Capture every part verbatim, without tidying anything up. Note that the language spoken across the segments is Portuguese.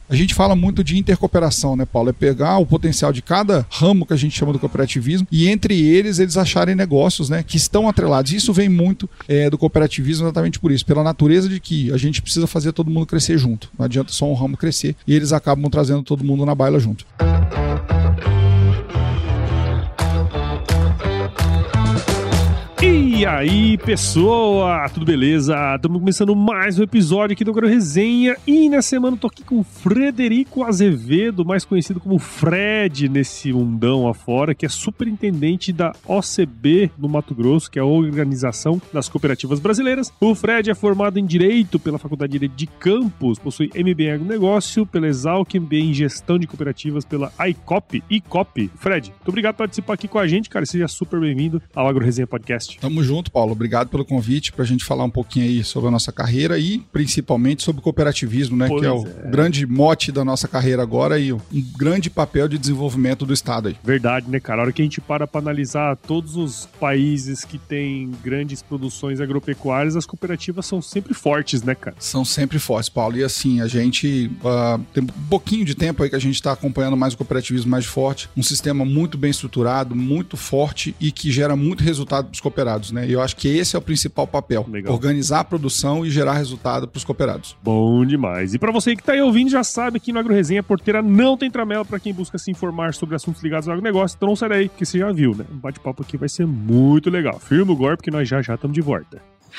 A gente fala muito de intercooperação, né, Paulo? É pegar o potencial de cada ramo que a gente chama do cooperativismo e entre eles, eles acharem negócios, né, que estão atrelados. Isso vem muito é, do cooperativismo exatamente por isso, pela natureza de que a gente precisa fazer todo mundo crescer junto. Não adianta só um ramo crescer e eles acabam trazendo todo mundo na baila junto. E aí, pessoa, tudo beleza? Estamos começando mais um episódio aqui do AgroResenha e nessa semana eu tô aqui com o Frederico Azevedo, mais conhecido como Fred nesse mundão afora, que é superintendente da O C B no Mato Grosso, que é a Organização das Cooperativas Brasileiras. O Fred é formado em Direito pela Faculdade de Direito de Campos, possui M B A em Agronegócio, pela Exalc, M B A em Gestão de Cooperativas pela I C O P. I C O P. Fred, muito obrigado por participar aqui com a gente, cara. Seja super bem-vindo ao AgroResenha Podcast. Tamo junto, Paulo. Obrigado pelo convite pra gente falar um pouquinho aí sobre a nossa carreira e principalmente sobre o cooperativismo, né? Pois que é o é. grande mote da nossa carreira agora e um grande papel de desenvolvimento do Estado aí. Verdade, né, cara? A hora que a gente para pra analisar todos os países que têm grandes produções agropecuárias, as cooperativas são sempre fortes, né, cara? São sempre fortes, Paulo. E assim, a gente uh, tem um pouquinho de tempo aí que a gente tá acompanhando mais o cooperativismo mais forte, um sistema muito bem estruturado, muito forte e que gera muito resultado pros cooperados, né? E eu acho que esse é o principal papel. Legal. Organizar a produção e gerar resultado para os cooperados. Bom demais. E para você que está aí ouvindo, já sabe que no AgroResenha a porteira não tem tramela para quem busca se informar sobre assuntos ligados ao agronegócio. Então não sai daí, que você já viu, né? Um bate-papo aqui vai ser muito legal. Firma o golpe, porque nós já já estamos de volta.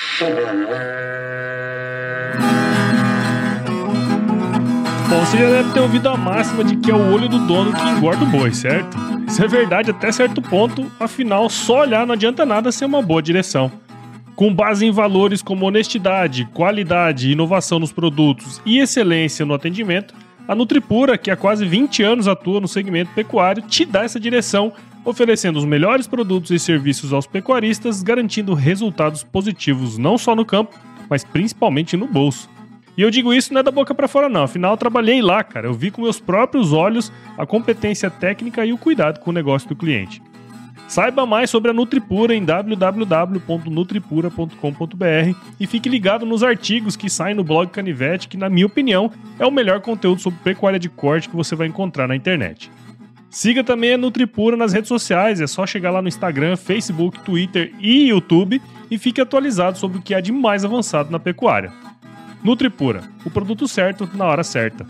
Bom, você já deve ter ouvido a máxima de que é o olho do dono que engorda o boi, certo? Isso é verdade até certo ponto, afinal, só olhar não adianta nada ser uma boa direção. Com base em valores como honestidade, qualidade, inovação nos produtos e excelência no atendimento, a Nutripura, que há quase vinte anos atua no segmento pecuário, te dá essa direção, oferecendo os melhores produtos e serviços aos pecuaristas, garantindo resultados positivos não só no campo, mas principalmente no bolso. E eu digo isso não é da boca pra fora não, afinal eu trabalhei lá, cara. Eu vi com meus próprios olhos a competência técnica e o cuidado com o negócio do cliente. Saiba mais sobre a Nutripura em w w w ponto nutripura ponto com ponto b r e fique ligado nos artigos que saem no blog Canivete, que na minha opinião é o melhor conteúdo sobre pecuária de corte que você vai encontrar na internet. Siga também a Nutripura nas redes sociais, é só chegar lá no Instagram, Facebook, Twitter e YouTube e fique atualizado sobre o que há de mais avançado na pecuária. Nutripura, o produto certo na hora certa.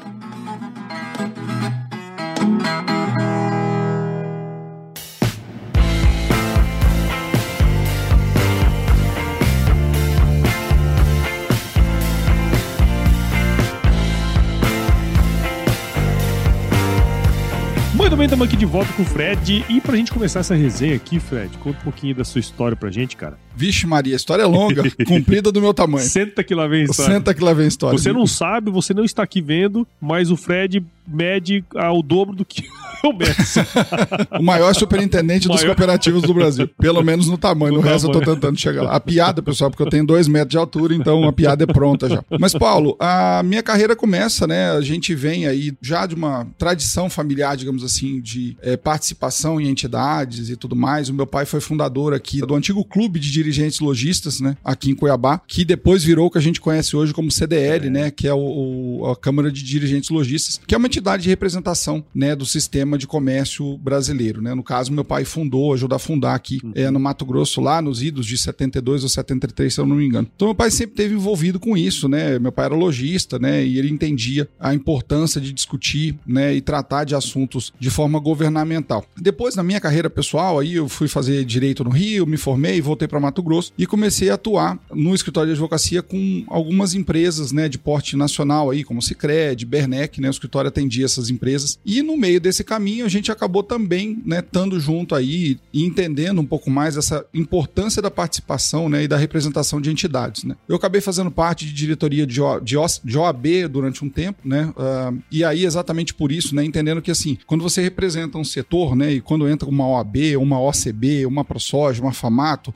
Muito bem, estamos aqui de volta com o Fred. E pra gente começar essa resenha aqui, Fred, conta um pouquinho da sua história pra gente, cara. Vixe Maria, a história é longa, comprida do meu tamanho. Senta que lá vem a história. Senta que lá vem a história. Você não sabe, você não está aqui vendo, mas o Fred mede ao dobro do que eu meço. O maior superintendente dos cooperativos do Brasil. Pelo menos no tamanho, no resto eu tô tentando chegar lá. A piada, pessoal, porque eu tenho dois metros de altura, então a piada é pronta já. Mas, Paulo, a minha carreira começa, né? A gente vem aí já de uma tradição familiar, digamos assim, de é, participação em entidades e tudo mais. O meu pai foi fundador aqui do antigo clube de dirigentes lojistas, né? Aqui em Cuiabá, que depois virou o que a gente conhece hoje como C D L, é. né? Que é o, o, a Câmara de Dirigentes Lojistas, que é uma entidade de representação, né? Do sistema de comércio brasileiro, né? No caso, meu pai fundou, ajudou a fundar aqui uhum. é, no Mato Grosso, lá nos idos de setenta e dois ou setenta e três, se eu não me engano. Então, meu pai sempre esteve envolvido com isso, né? Meu pai era lojista, né? E ele entendia a importância de discutir, né? E tratar de assuntos de forma governamental. Depois, na minha carreira pessoal, aí eu fui fazer direito no Rio, me formei, voltei para Mato Grosso e comecei a atuar no escritório de advocacia com algumas empresas, né? De porte nacional aí, como Sicredi, Bernec, né? O escritório atendia essas empresas. E no meio desse caminho, a gente acabou também, né, estando junto aí e entendendo um pouco mais essa importância da participação, né, e da representação de entidades, né. Eu acabei fazendo parte de diretoria de, o, de, o, de O A B durante um tempo, né, uh, e aí exatamente por isso, né, entendendo que assim, quando você representa um setor, né, e quando entra uma O A B, uma O C B, uma ProSoja, uma FAMATO, né, uma B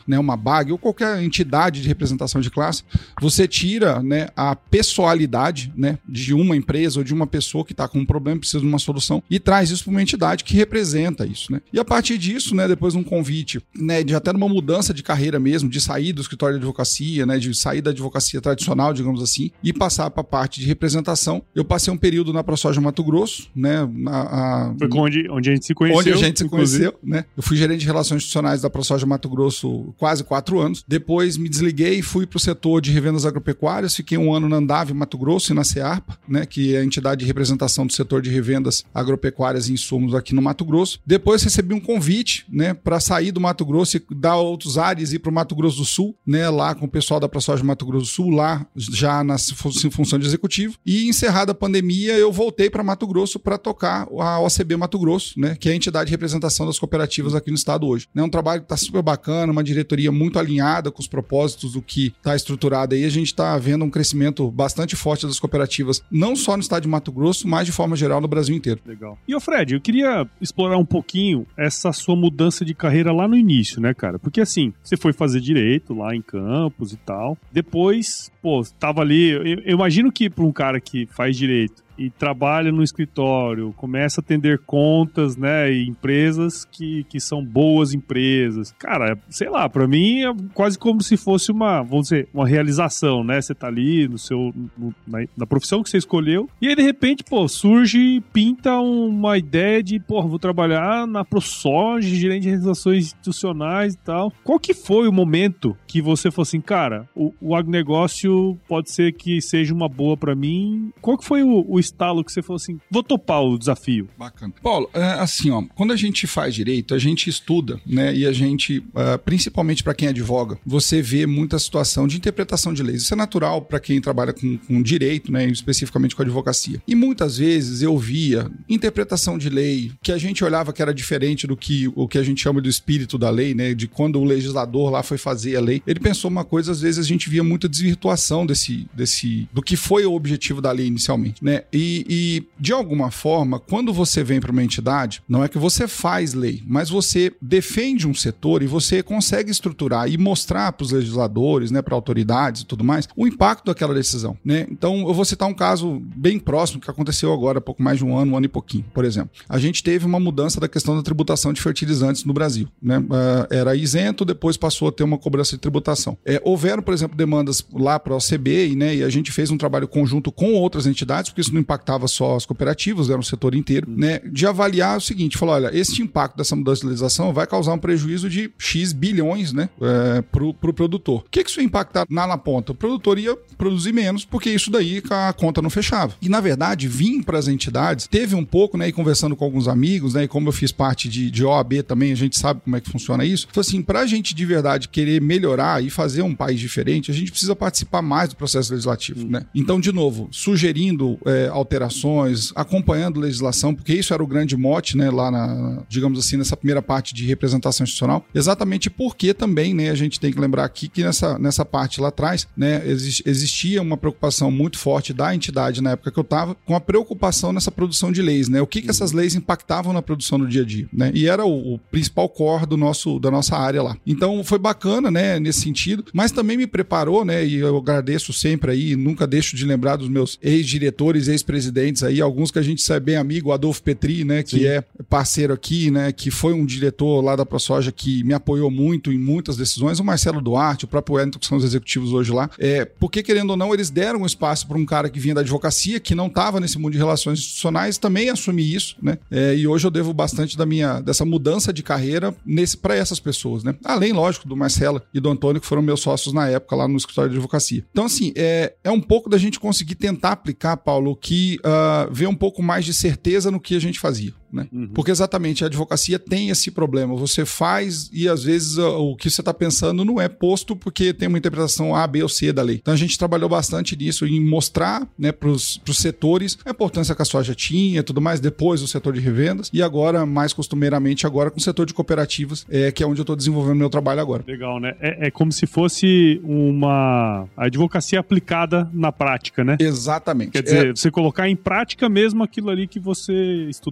Abag ou qualquer entidade de representação de classe, você tira, né, a pessoalidade, né, de uma empresa ou de uma pessoa que está com um problema, precisa de uma solução, e traz isso para uma entidade que representa isso, né? E a partir disso, né, depois de um convite, né, de até numa mudança de carreira mesmo, de sair do escritório de advocacia, né, de sair da advocacia tradicional, digamos assim, e passar para a parte de representação, eu passei um período na ProSoja Mato Grosso, né? Na, a... Foi onde, onde a gente se conheceu. Onde a gente se inclusive. conheceu, né? Eu fui gerente de relações institucionais da ProSoja Mato Grosso quase quatro anos. Depois me desliguei e fui para o setor de revendas agropecuárias. Fiquei um ano na Andave, Mato Grosso, e na CEARPA, né? Que é a entidade de representação do setor de revendas agropecuárias e insumos aqui no Mato Grosso. Depois recebi um convite, né? Para sair do Mato Grosso e dar outros ares e ir para o Mato Grosso do Sul, né? Lá com o pessoal da ProSoja Mato Grosso do Sul, lá já na em função de executivo. E encerrada a pandemia, eu voltei para Mato Grosso para tocar a O C B Mato Grosso, né? Que é a entidade de representação das cooperativas aqui no estado hoje. É um trabalho que está super bacana, uma diretoria muito alinhada com os propósitos do que está estruturado aí. A gente está vendo um crescimento bastante forte das cooperativas, não só no estado de Mato Grosso, mas de forma geral no Brasil inteiro. Legal. E, ô Fred, eu queria explorar um pouquinho essa sua mudança de carreira lá no início, né, cara? Porque assim, você foi fazer direito lá em Campos e tal. Depois, pô, tava ali. Eu, eu imagino que para um cara que faz direito e trabalha no escritório, começa a atender contas, né, e empresas que, que são boas empresas. Cara, sei lá, pra mim é quase como se fosse uma, vamos dizer, uma realização, né? Você tá ali no seu, no, na, na profissão que você escolheu, e aí de repente, pô, surge, pinta uma ideia de, pô, vou trabalhar na ProSoja, gerente de relações institucionais e tal. Qual que foi o momento que você falou assim, cara, o, o agronegócio pode ser que seja uma boa pra mim? Qual que foi o, o estalo que você falou assim, vou topar o desafio? Bacana. Paulo, é assim, ó, quando a gente faz direito, a gente estuda, né, e a gente, uh, principalmente para quem advoga, você vê muita situação de interpretação de leis. Isso é natural para quem trabalha com, com direito, né, especificamente com advocacia. E muitas vezes eu via interpretação de lei que a gente olhava que era diferente do que o que a gente chama do espírito da lei, né, de quando o legislador lá foi fazer a lei. Ele pensou uma coisa, às vezes a gente via muita desvirtuação desse, desse, do que foi o objetivo da lei inicialmente, né? E, e, de alguma forma, quando você vem para uma entidade, não é que você faz lei, mas você defende um setor e você consegue estruturar e mostrar para os legisladores, né, para autoridades e tudo mais, o impacto daquela decisão, né? Então, eu vou citar um caso bem próximo que aconteceu agora, há pouco mais de um ano, um ano e pouquinho, por exemplo. A gente teve uma mudança da questão da tributação de fertilizantes no Brasil, né? Uh, era isento, depois passou a ter uma cobrança de tributação. É, houveram, por exemplo, demandas lá para a O C B, né, e a gente fez um trabalho conjunto com outras entidades, porque isso não impactava só as cooperativas, era um setor inteiro, hum. né, de avaliar o seguinte, falar, olha, esse impacto dessa mudança de legislação vai causar um prejuízo de X bilhões, né, é, pro, pro produtor. O que que isso ia impactar lá na ponta? O produtor ia produzir menos, porque isso daí a conta não fechava. E, na verdade, vim para as entidades, teve um pouco, né, e conversando com alguns amigos, né, e como eu fiz parte de, de O A B também, a gente sabe como é que funciona isso, foi assim, pra gente de verdade querer melhorar e fazer um país diferente, a gente precisa participar mais do processo legislativo, hum. né? Então, de novo, sugerindo é, alterações, acompanhando legislação, porque isso era o grande mote, né, lá na, digamos assim, nessa primeira parte de representação institucional, exatamente porque também, né, a gente tem que lembrar aqui que nessa, nessa parte lá atrás, né, existia uma preocupação muito forte da entidade na época que eu estava, com a preocupação nessa produção de leis, né, o que que essas leis impactavam na produção no dia a dia, né, e era o, o principal core do nosso, da nossa área lá. Então, foi bacana, né, nesse sentido, mas também me preparou, né, e eu agradeço sempre aí, nunca deixo de lembrar dos meus ex-diretores, ex-presidentes aí, alguns que a gente sabe bem amigo, o Adolfo Petri, né, que Sim. é parceiro aqui, né, que foi um diretor lá da ProSoja que me apoiou muito em muitas decisões, o Marcelo Duarte, o próprio Wellington, que são os executivos hoje lá, é, porque querendo ou não, eles deram um espaço para um cara que vinha da advocacia, que não estava nesse mundo de relações institucionais, também assumir isso, né, é, e hoje eu devo bastante da minha, dessa mudança de carreira nesse, para essas pessoas, né, além, lógico, do Marcelo e do Antônio, que foram meus sócios na época lá no escritório de advocacia. Então, assim, é, é um pouco da gente conseguir tentar aplicar, Paulo, que uh, vê um pouco mais de certeza no que a gente fazia. Né? Uhum. Porque exatamente a advocacia tem esse problema, você faz e às vezes o que você está pensando não é posto porque tem uma interpretação A, B ou C da lei. Então a gente trabalhou bastante nisso em mostrar, né, para os setores a importância que a soja tinha e tudo mais, depois o setor de revendas e agora, mais costumeiramente agora com o setor de cooperativas, é, que é onde eu estou desenvolvendo meu trabalho agora. Legal, né? É, é como se fosse uma advocacia aplicada na prática, né? Exatamente. Quer dizer, é... você colocar em prática mesmo aquilo ali que você estudou,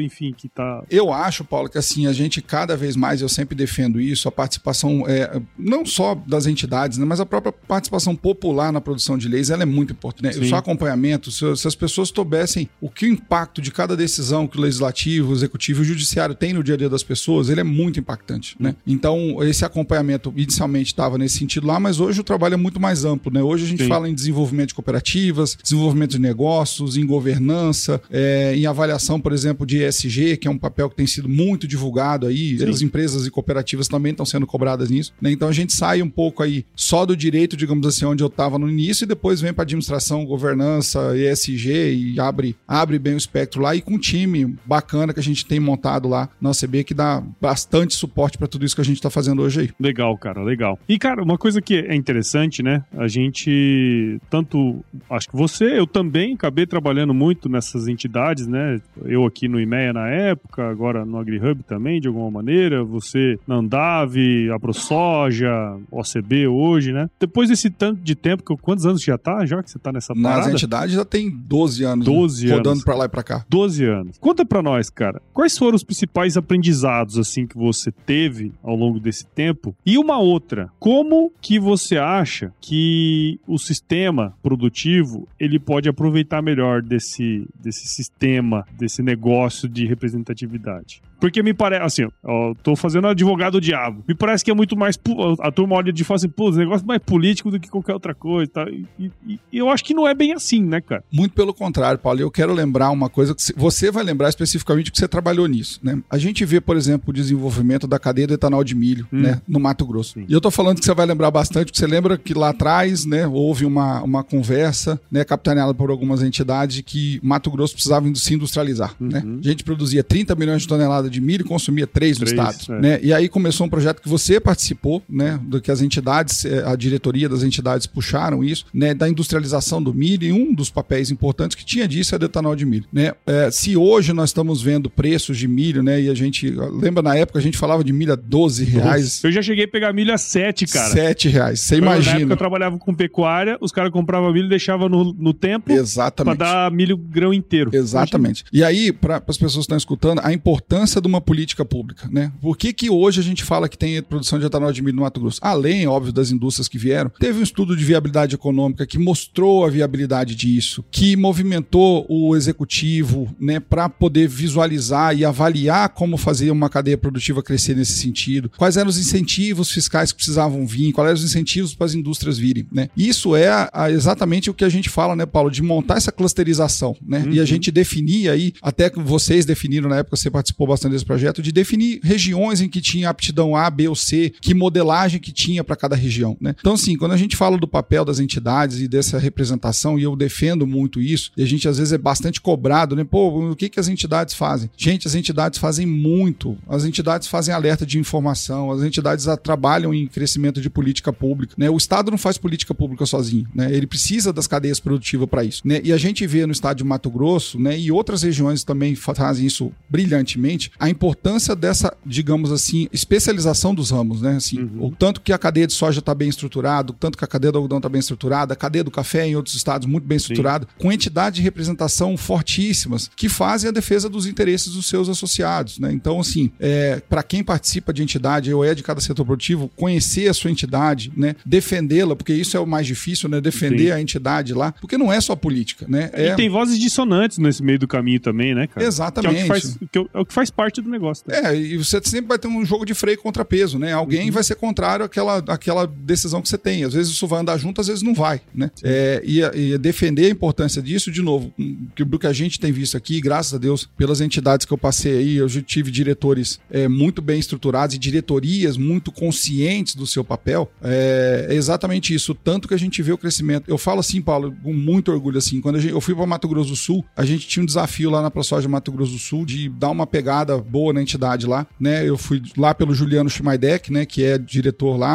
enfim, que tá... Eu acho, Paulo, que assim, a gente cada vez mais, eu sempre defendo isso, a participação, é, não só das entidades, né, mas a própria participação popular na produção de leis, ela é muito importante, né? O seu acompanhamento, se, se as pessoas soubessem o que o impacto de cada decisão que o legislativo, o executivo e o judiciário tem no dia a dia das pessoas, ele é muito impactante, né? Então, esse acompanhamento inicialmente estava nesse sentido lá, mas hoje o trabalho é muito mais amplo, né? Hoje a gente Sim. fala em desenvolvimento de cooperativas, desenvolvimento de negócios, em governança, é, em avaliação, por exemplo, de E S G, que é um papel que tem sido muito divulgado aí, Sim. as empresas e cooperativas também estão sendo cobradas nisso, né? Então a gente sai um pouco aí só do direito, digamos assim, onde eu estava no início, e depois vem para administração, governança, E S G, e abre, abre bem o espectro lá, e com um time bacana que a gente tem montado lá na O C B, que dá bastante suporte para tudo isso que a gente está fazendo hoje aí. Legal, cara, legal. E, cara, uma coisa que é interessante, né? A gente, tanto, acho que você, eu também acabei trabalhando muito nessas entidades, né? Eu aqui no I M E A na época, agora no AgriHub também, de alguma maneira, você na Andave, a ProSoja, O C B hoje, né? Depois desse tanto de tempo, que, quantos anos já tá, já que você tá nessa parada? Nas entidades já tem doze anos, doze né? anos. Rodando pra lá e pra cá. doze anos. Conta pra nós, cara, quais foram os principais aprendizados, assim, que você teve ao longo desse tempo? E uma outra, como que você acha que o sistema produtivo, ele pode aproveitar melhor desse, desse sistema, desse negócio de representatividade? Porque me parece, assim, ó, tô fazendo advogado diabo, me parece que é muito mais, a turma olha de fala assim, pô, esse negócio é mais político do que qualquer outra coisa, tá? E, e, e eu acho que não é bem assim, né, cara? Muito pelo contrário, Paulo, eu quero lembrar uma coisa, que você vai lembrar especificamente que você trabalhou nisso, né? A gente vê, por exemplo, o desenvolvimento da cadeia do etanol de milho, hum. né, no Mato Grosso. Sim. E eu tô falando que você vai lembrar bastante, porque você lembra que lá atrás, né, houve uma, uma conversa, né, capitaneada por algumas entidades, que Mato Grosso precisava se industrializar, uhum. né? A gente produzia trinta milhões de toneladas de milho e consumia três no estado, é. né? E aí começou um projeto que você participou, né, do que as entidades, a diretoria das entidades puxaram isso, né, da industrialização do milho, e um dos papéis importantes que tinha disso é do etanol de milho, né? É, se hoje nós estamos vendo preços de milho, né, e a gente, lembra na época a gente falava de milho a doze reais. Eu já cheguei a pegar milho a sete, cara. sete reais, você imagina. Na época eu trabalhava com pecuária, os caras compravam milho e deixavam no, no tempo. Exatamente. Pra dar milho grão inteiro. Exatamente. Imagina. E aí, para as pessoas que estão escutando, a importância de uma política pública, né? Por que que hoje a gente fala que tem produção de etanol de milho no Mato Grosso? Além, óbvio, das indústrias que vieram, teve um estudo de viabilidade econômica que mostrou a viabilidade disso, que movimentou o executivo, né, para poder visualizar e avaliar como fazer uma cadeia produtiva crescer nesse sentido, quais eram os incentivos fiscais que precisavam vir, quais eram os incentivos para as indústrias virem, né? Isso é a, exatamente o que a gente fala, né, Paulo, de montar essa clusterização, né? Uhum. E a gente definir aí, até que vocês definiram na época, você participou bastante desse projeto, de definir regiões em que tinha aptidão A, B ou C, que modelagem que tinha para cada região, né? Então, assim, quando a gente fala do papel das entidades e dessa representação, e eu defendo muito isso, e a gente às vezes é bastante cobrado, né? Pô, o que que as entidades fazem? Gente, as entidades fazem muito. As entidades fazem alerta de informação, as entidades trabalham em crescimento de política pública, né? O Estado não faz política pública sozinho, né? Ele precisa das cadeias produtivas para isso, né? E a gente vê no estado de Mato Grosso, né, e outras regiões também fazem isso brilhantemente, a importância dessa, digamos assim, especialização dos ramos, né? Assim, uhum. O tanto que a cadeia de soja está bem estruturada, o tanto que a cadeia do algodão está bem estruturada, a cadeia do café em outros estados muito bem estruturada, Sim. com entidades de representação fortíssimas que fazem a defesa dos interesses dos seus associados, né? Então, assim, é, para quem participa de entidade ou é de cada setor produtivo, conhecer a sua entidade, né? Defendê-la, porque isso é o mais difícil, né? Defender Sim. a entidade lá, porque não é só política, né? É... E tem vozes dissonantes nesse meio do caminho também, né, cara? Exatamente. Que é o que faz, que é o que faz parte do negócio. Tá? É, e você sempre vai ter um jogo de freio contra peso, né? Alguém uhum. vai ser contrário àquela, àquela decisão que você tem. Às vezes isso vai andar junto, às vezes não vai, né? É, e, e defender a importância disso, de novo, do que a gente tem visto aqui, graças a Deus, pelas entidades que eu passei aí, eu já tive diretores é, muito bem estruturados e diretorias muito conscientes do seu papel. É, é exatamente isso, tanto que a gente vê o crescimento. Eu falo assim, Paulo, com muito orgulho, assim, quando a gente, eu fui para Mato Grosso do Sul, a gente tinha um desafio lá na ProSoja Mato Grosso do Sul de dar uma pegada boa na entidade lá, né? Eu fui lá pelo Juliano Schmeidek, né, que é diretor lá,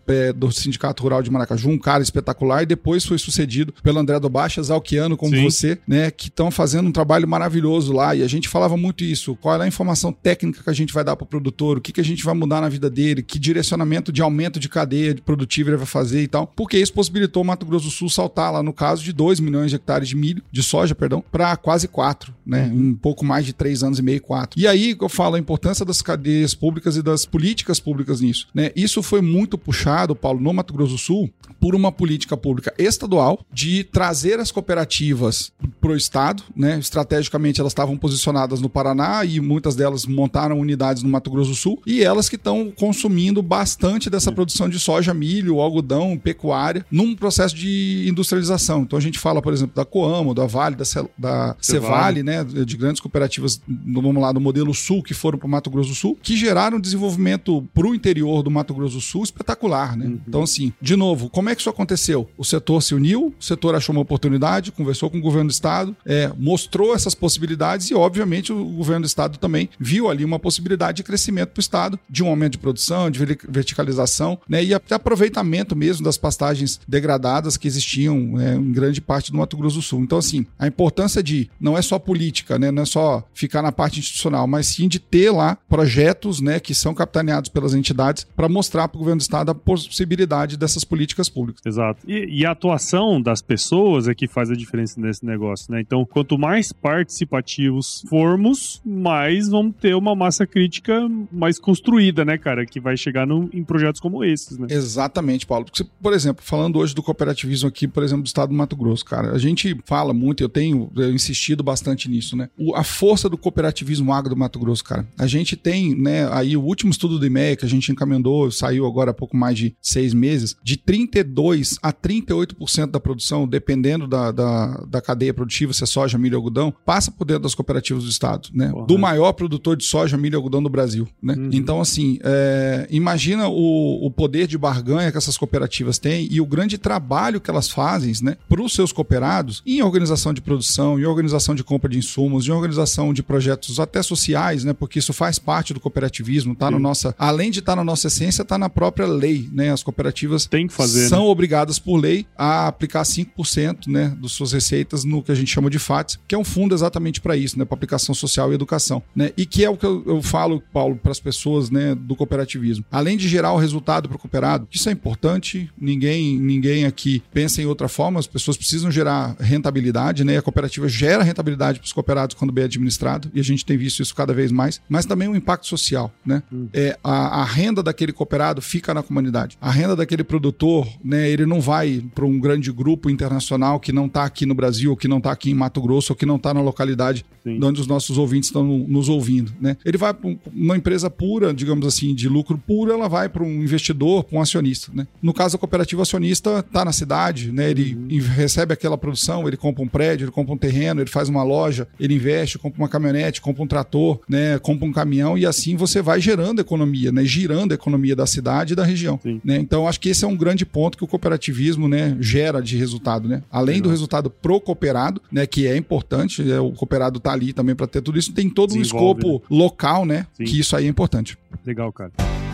é, do Sindicato Rural de Maracaju, um cara espetacular, e depois foi sucedido pelo André Dobacha, exalquiano como Sim. você, né, que estão fazendo um trabalho maravilhoso lá, e a gente falava muito isso, qual é a informação técnica que a gente vai dar para o produtor, o que, que a gente vai mudar na vida dele, que direcionamento de aumento de cadeia produtiva ele vai fazer e tal, porque isso possibilitou o Mato Grosso do Sul saltar lá no caso de dois milhões de hectares de milho, de soja, perdão, para quase quatro, né, em um pouco mais de três anos e meio, quatro. E aí eu falo a importância das cadeias públicas e das políticas públicas nisso, né, isso foi muito puxado, Paulo, no Mato Grosso do Sul, por uma política pública estadual de trazer as cooperativas para o estado, né, estrategicamente elas estavam posicionadas no Paraná e muitas delas montaram unidades no Mato Grosso do Sul, e elas que estão consumindo bastante dessa produção de soja, milho, algodão, pecuária, num processo de industrialização. Então a gente fala, por exemplo, da Coamo, da Vale, da, Ce- da Cevale, né, de grandes cooperativas, vamos lá, do modelo Sul, que foram para o Mato Grosso do Sul, que geraram desenvolvimento para o interior do Mato Grosso do Sul espetacular, né? Uhum. Então assim, de novo, como é que isso aconteceu? O setor se uniu, o setor achou uma oportunidade, conversou com o governo do estado, é, mostrou essas possibilidades e, obviamente, o governo do estado também viu ali uma possibilidade de crescimento para o estado, de um aumento de produção, de verticalização, né, e até aproveitamento mesmo das pastagens degradadas que existiam, né, em grande parte do Mato Grosso do Sul. Então, assim, a importância de, não é só política, né, não é só ficar na parte institucional, mas sim de ter lá projetos, né, que são capitaneados pelas entidades para mostrar para o governo do estado a possibilidade dessas políticas públicas. Exato. E, e a atuação das pessoas é que faz a diferença nesse negócio, né? Então, quanto mais participativos formos, mais vamos ter uma massa crítica mais construída, né, cara? Que vai chegar no, em projetos como esses, né? Exatamente, Paulo. Porque, por exemplo, falando hoje do cooperativismo aqui, por exemplo, do estado do Mato Grosso, cara, a gente fala muito, eu tenho eu insistido bastante nisso, né? O, a força do cooperativismo agro do Mato Grosso, cara. A gente tem, né, aí o último estudo do I M E A que a gente encomendou, saiu agora há pouco mais de seis meses, de trinta e dois a trinta e oito por cento da produção, dependendo da, da, da cadeia produtiva, se é soja, milho ou algodão, passa por dentro das cooperativas do estado, né? Porra. Do maior produtor de soja, milho e algodão do Brasil, né? Uhum. Então, assim, é, imagina o, o poder de barganha que essas cooperativas têm e o grande trabalho que elas fazem, né, para os seus cooperados em organização de produção, em organização de compra de insumos, em organização de projetos até sociais, né? Porque isso faz parte do cooperativismo, tá? No nossa, além de estar na nossa essência, está na própria lei, né? As cooperativas Tem que fazer, são né? obrigadas por lei a aplicar cinco por cento, né, das suas receitas no que a gente chama de F A T S, que é um fundo exatamente para isso, né, para aplicação social e educação, né, e que é o que eu, eu falo, Paulo, para as pessoas, né, do cooperativismo. Além de gerar o resultado para o cooperado, isso é importante, ninguém, ninguém aqui pensa em outra forma, as pessoas precisam gerar rentabilidade, né, e a cooperativa gera rentabilidade para os cooperados quando bem administrado, e a gente tem visto isso cada vez mais, mas também o impacto social, né, hum. é, a, a renda daquele cooperado fica na comunidade, a renda daquele produtor, né, ele não vai para um grande grupo internacional que não está aqui no Brasil, ou que não está aqui em Mato Grosso, ou que não está na localidade Sim. onde os nossos ouvintes estão nos ouvindo, né? Ele vai para uma empresa pura, digamos assim, de lucro puro, ela vai para um investidor, para um acionista, né? No caso, a cooperativa acionista está na cidade, né? Ele uhum. recebe aquela produção, ele compra um prédio, ele compra um terreno, ele faz uma loja, ele investe, compra uma caminhonete, compra um trator, né? Compra um caminhão, e assim você vai gerando economia, né? Girando a economia da cidade e da região, né? Então, acho que esse é um grande ponto que o cooperativismo, né, gera de resultado, né? Além Legal. do resultado pro cooperado, né, que é importante, é, o cooperado tá ali também para ter tudo isso, tem todo Desenvolve, um escopo né? local, né, Sim. que isso aí é importante. Legal, cara.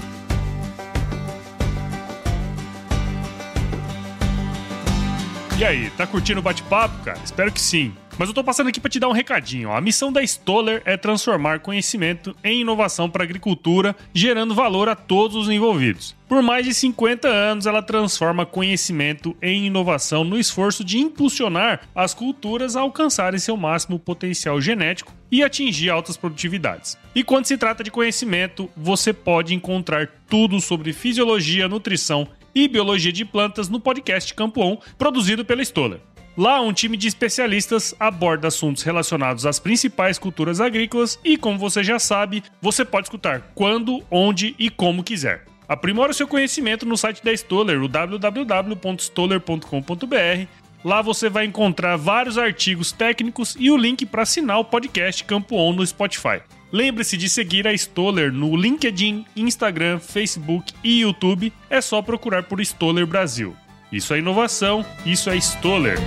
E aí, tá curtindo o bate-papo, cara? Espero que sim. Mas eu tô passando aqui para te dar um recadinho. A missão da Stoller é transformar conhecimento em inovação para a agricultura, gerando valor a todos os envolvidos. Por mais de cinquenta anos, ela transforma conhecimento em inovação no esforço de impulsionar as culturas a alcançarem seu máximo potencial genético e atingir altas produtividades. E quando se trata de conhecimento, você pode encontrar tudo sobre fisiologia, nutrição e biologia de plantas no podcast Campo On, produzido pela Stoller. Lá, um time de especialistas aborda assuntos relacionados às principais culturas agrícolas e, como você já sabe, você pode escutar quando, onde e como quiser. Aprimore o seu conhecimento no site da Stoller, o w w w ponto stoller ponto com ponto b r. Lá você vai encontrar vários artigos técnicos e o link para assinar o podcast Campo On no Spotify. Lembre-se de seguir a Stoller no LinkedIn, Instagram, Facebook e YouTube. É só procurar por Stoller Brasil. Isso é inovação, isso é Stoller.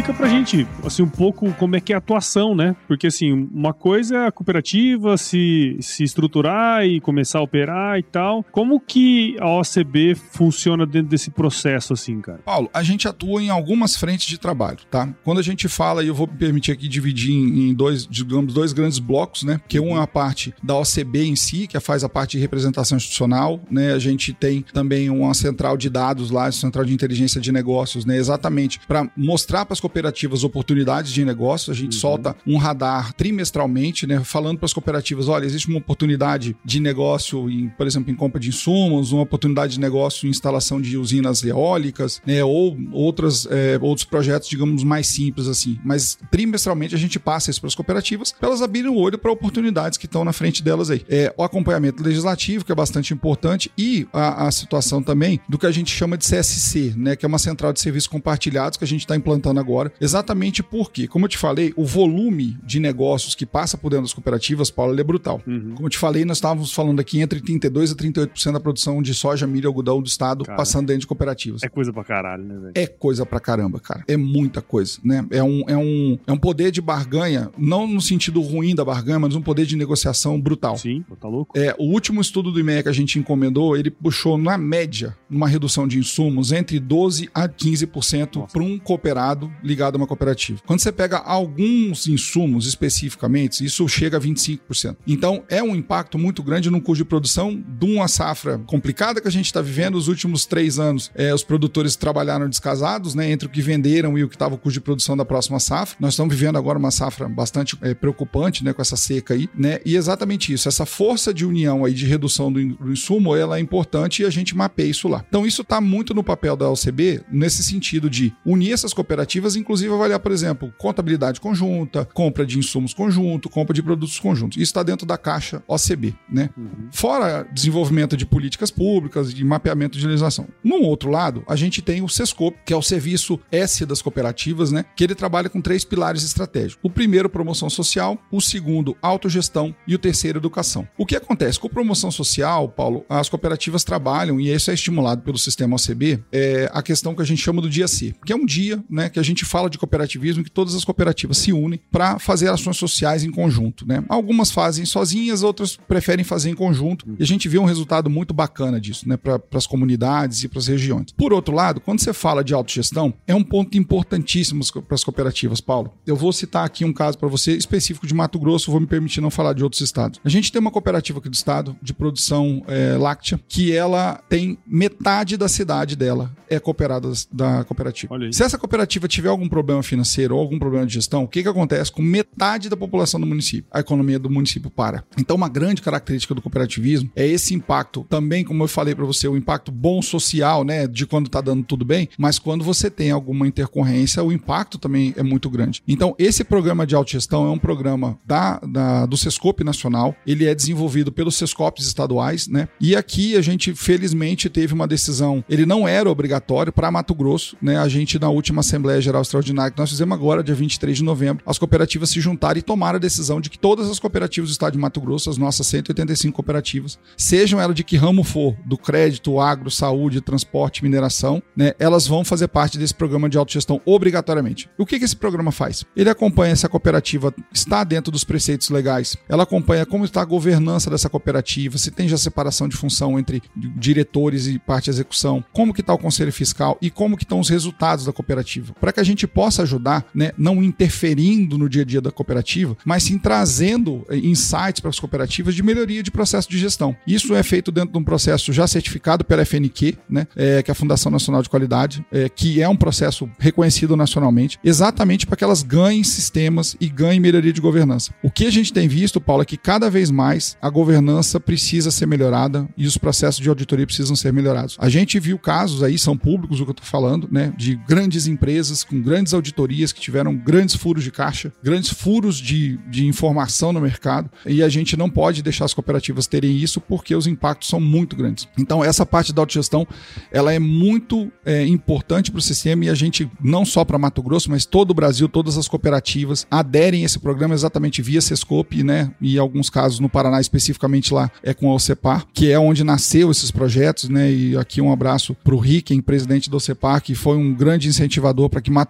explica pra gente, assim, um pouco como é que é a atuação, né? Porque, assim, uma coisa é a cooperativa se, se estruturar e começar a operar e tal. Como que a O C B funciona dentro desse processo, assim, cara? Paulo, a gente atua em algumas frentes de trabalho, tá? Quando a gente fala, e eu vou me permitir aqui dividir em, em dois, digamos, dois grandes blocos, né? Que um é a parte da O C B em si, que faz a parte de representação institucional, né? A gente tem também uma central de dados lá, central de inteligência de negócios, né? Exatamente para mostrar para as cooperativas oportunidades de negócio. A gente uhum. solta um radar trimestralmente, né? Falando para as cooperativas, olha, existe uma oportunidade de negócio, em, por exemplo, em compra de insumos, uma oportunidade de negócio em instalação de usinas eólicas, né? Ou outras, é, outros projetos, digamos, mais simples assim. Mas trimestralmente a gente passa isso para as cooperativas, para elas abrirem o olho para oportunidades que estão na frente delas aí. É, o acompanhamento legislativo, que é bastante importante, e a, a situação também do que a gente chama de C S C, né? Que é uma central de serviços compartilhados que a gente está implantando agora. Exatamente porque, como eu te falei, o volume de negócios que passa por dentro das cooperativas, Paulo, ele é brutal. Uhum. Como eu te falei, nós estávamos falando aqui entre trinta e dois por cento a trinta e oito por cento da produção de soja, milho e algodão do estado cara, passando dentro de cooperativas. É coisa pra caralho, né, velho? É coisa pra caramba, cara. É muita coisa, né? É um, é um, é um poder de barganha, não no sentido ruim da barganha, mas um poder de negociação brutal. Sim, tá louco. É, o último estudo do I M E A que a gente encomendou, ele puxou, na média, uma redução de insumos entre doze a quinze por cento para um cooperado ligado a uma cooperativa. Quando você pega alguns insumos especificamente, isso chega a vinte e cinco por cento. Então, é um impacto muito grande no custo de produção de uma safra complicada que a gente está vivendo. Os últimos três anos, é, os produtores trabalharam descasados, né, entre o que venderam e o que estava o custo de produção da próxima safra. Nós estamos vivendo agora uma safra bastante é, preocupante, né, com essa seca aí, né, e exatamente isso, essa força de união aí de redução do, do insumo, ela é importante e a gente mapeia isso lá. Então, isso está muito no papel da O C B, nesse sentido de unir essas cooperativas, inclusive avaliar, por exemplo, contabilidade conjunta, compra de insumos conjunto, compra de produtos conjuntos. Isso está dentro da caixa O C B, né? Uhum. Fora desenvolvimento de políticas públicas, de mapeamento de legislação. Num outro lado, a gente tem o SESCOP, que é o serviço S das cooperativas, né? Que ele trabalha com três pilares estratégicos. O primeiro, promoção social, o segundo, autogestão e o terceiro, educação. O que acontece? Com promoção social, Paulo, as cooperativas trabalham, e isso é estimulado pelo sistema O C B, é a questão que a gente chama do dia C, que é um dia, né, que a gente fala de cooperativismo, que todas as cooperativas se unem para fazer ações sociais em conjunto, né? Algumas fazem sozinhas, outras preferem fazer em conjunto, e a gente vê um resultado muito bacana disso, né, para as comunidades e para as regiões. Por outro lado, quando você fala de autogestão, é um ponto importantíssimo para as cooperativas, Paulo. Eu vou citar aqui um caso para você específico de Mato Grosso, vou me permitir não falar de outros estados. A gente tem uma cooperativa aqui do estado de produção é, láctea, que ela tem metade da cidade dela é cooperada da cooperativa. Se essa cooperativa tiver algum problema financeiro ou algum problema de gestão, o que, que acontece com metade da população do município? A economia do município para. Então, uma grande característica do cooperativismo é esse impacto, também, como eu falei para você, o impacto bom social, né, de quando tá dando tudo bem, mas quando você tem alguma intercorrência, o impacto também é muito grande. Então, esse programa de autogestão é um programa da, da, do SESCOP nacional, ele é desenvolvido pelos SESCOPs estaduais, né, e aqui a gente, felizmente, teve uma decisão, ele não era obrigatório para Mato Grosso, né, a gente, na última Assembleia Geral Extraordinária que nós fizemos agora, dia vinte e três de novembro, as cooperativas se juntaram e tomaram a decisão de que todas as cooperativas do estado de Mato Grosso, as nossas cento e oitenta e cinco cooperativas, sejam elas de que ramo for, do crédito, agro, saúde, transporte, mineração, né, elas vão fazer parte desse programa de autogestão obrigatoriamente. O que que esse programa faz? Ele acompanha se a cooperativa está dentro dos preceitos legais, ela acompanha como está a governança dessa cooperativa, se tem já separação de função entre diretores e parte de execução, como que está o conselho fiscal e como que estão os resultados da cooperativa, para que a gente possa ajudar, né, não interferindo no dia a dia da cooperativa, mas sim trazendo insights para as cooperativas de melhoria de processo de gestão. Isso é feito dentro de um processo já certificado pela F N Q, né, é, que é a Fundação Nacional de Qualidade, é, que é um processo reconhecido nacionalmente, exatamente para que elas ganhem sistemas e ganhem melhoria de governança. O que a gente tem visto, Paulo, é que cada vez mais a governança precisa ser melhorada e os processos de auditoria precisam ser melhorados. A gente viu casos aí, são públicos o que eu estou falando, né, de grandes empresas com grandes auditorias que tiveram grandes furos de caixa, grandes furos de, de informação no mercado, e a gente não pode deixar as cooperativas terem isso porque os impactos são muito grandes. Então, essa parte da autogestão, ela é muito é, importante para o sistema, e a gente, não só para Mato Grosso, mas todo o Brasil, todas as cooperativas aderem a esse programa exatamente via SESCOP, né, e em alguns casos no Paraná, especificamente lá, é com a OCEPAR, que é onde nasceu esses projetos, né, e aqui um abraço para o Ricken, presidente da OCEPAR, que foi um grande incentivador para que Mato Grosso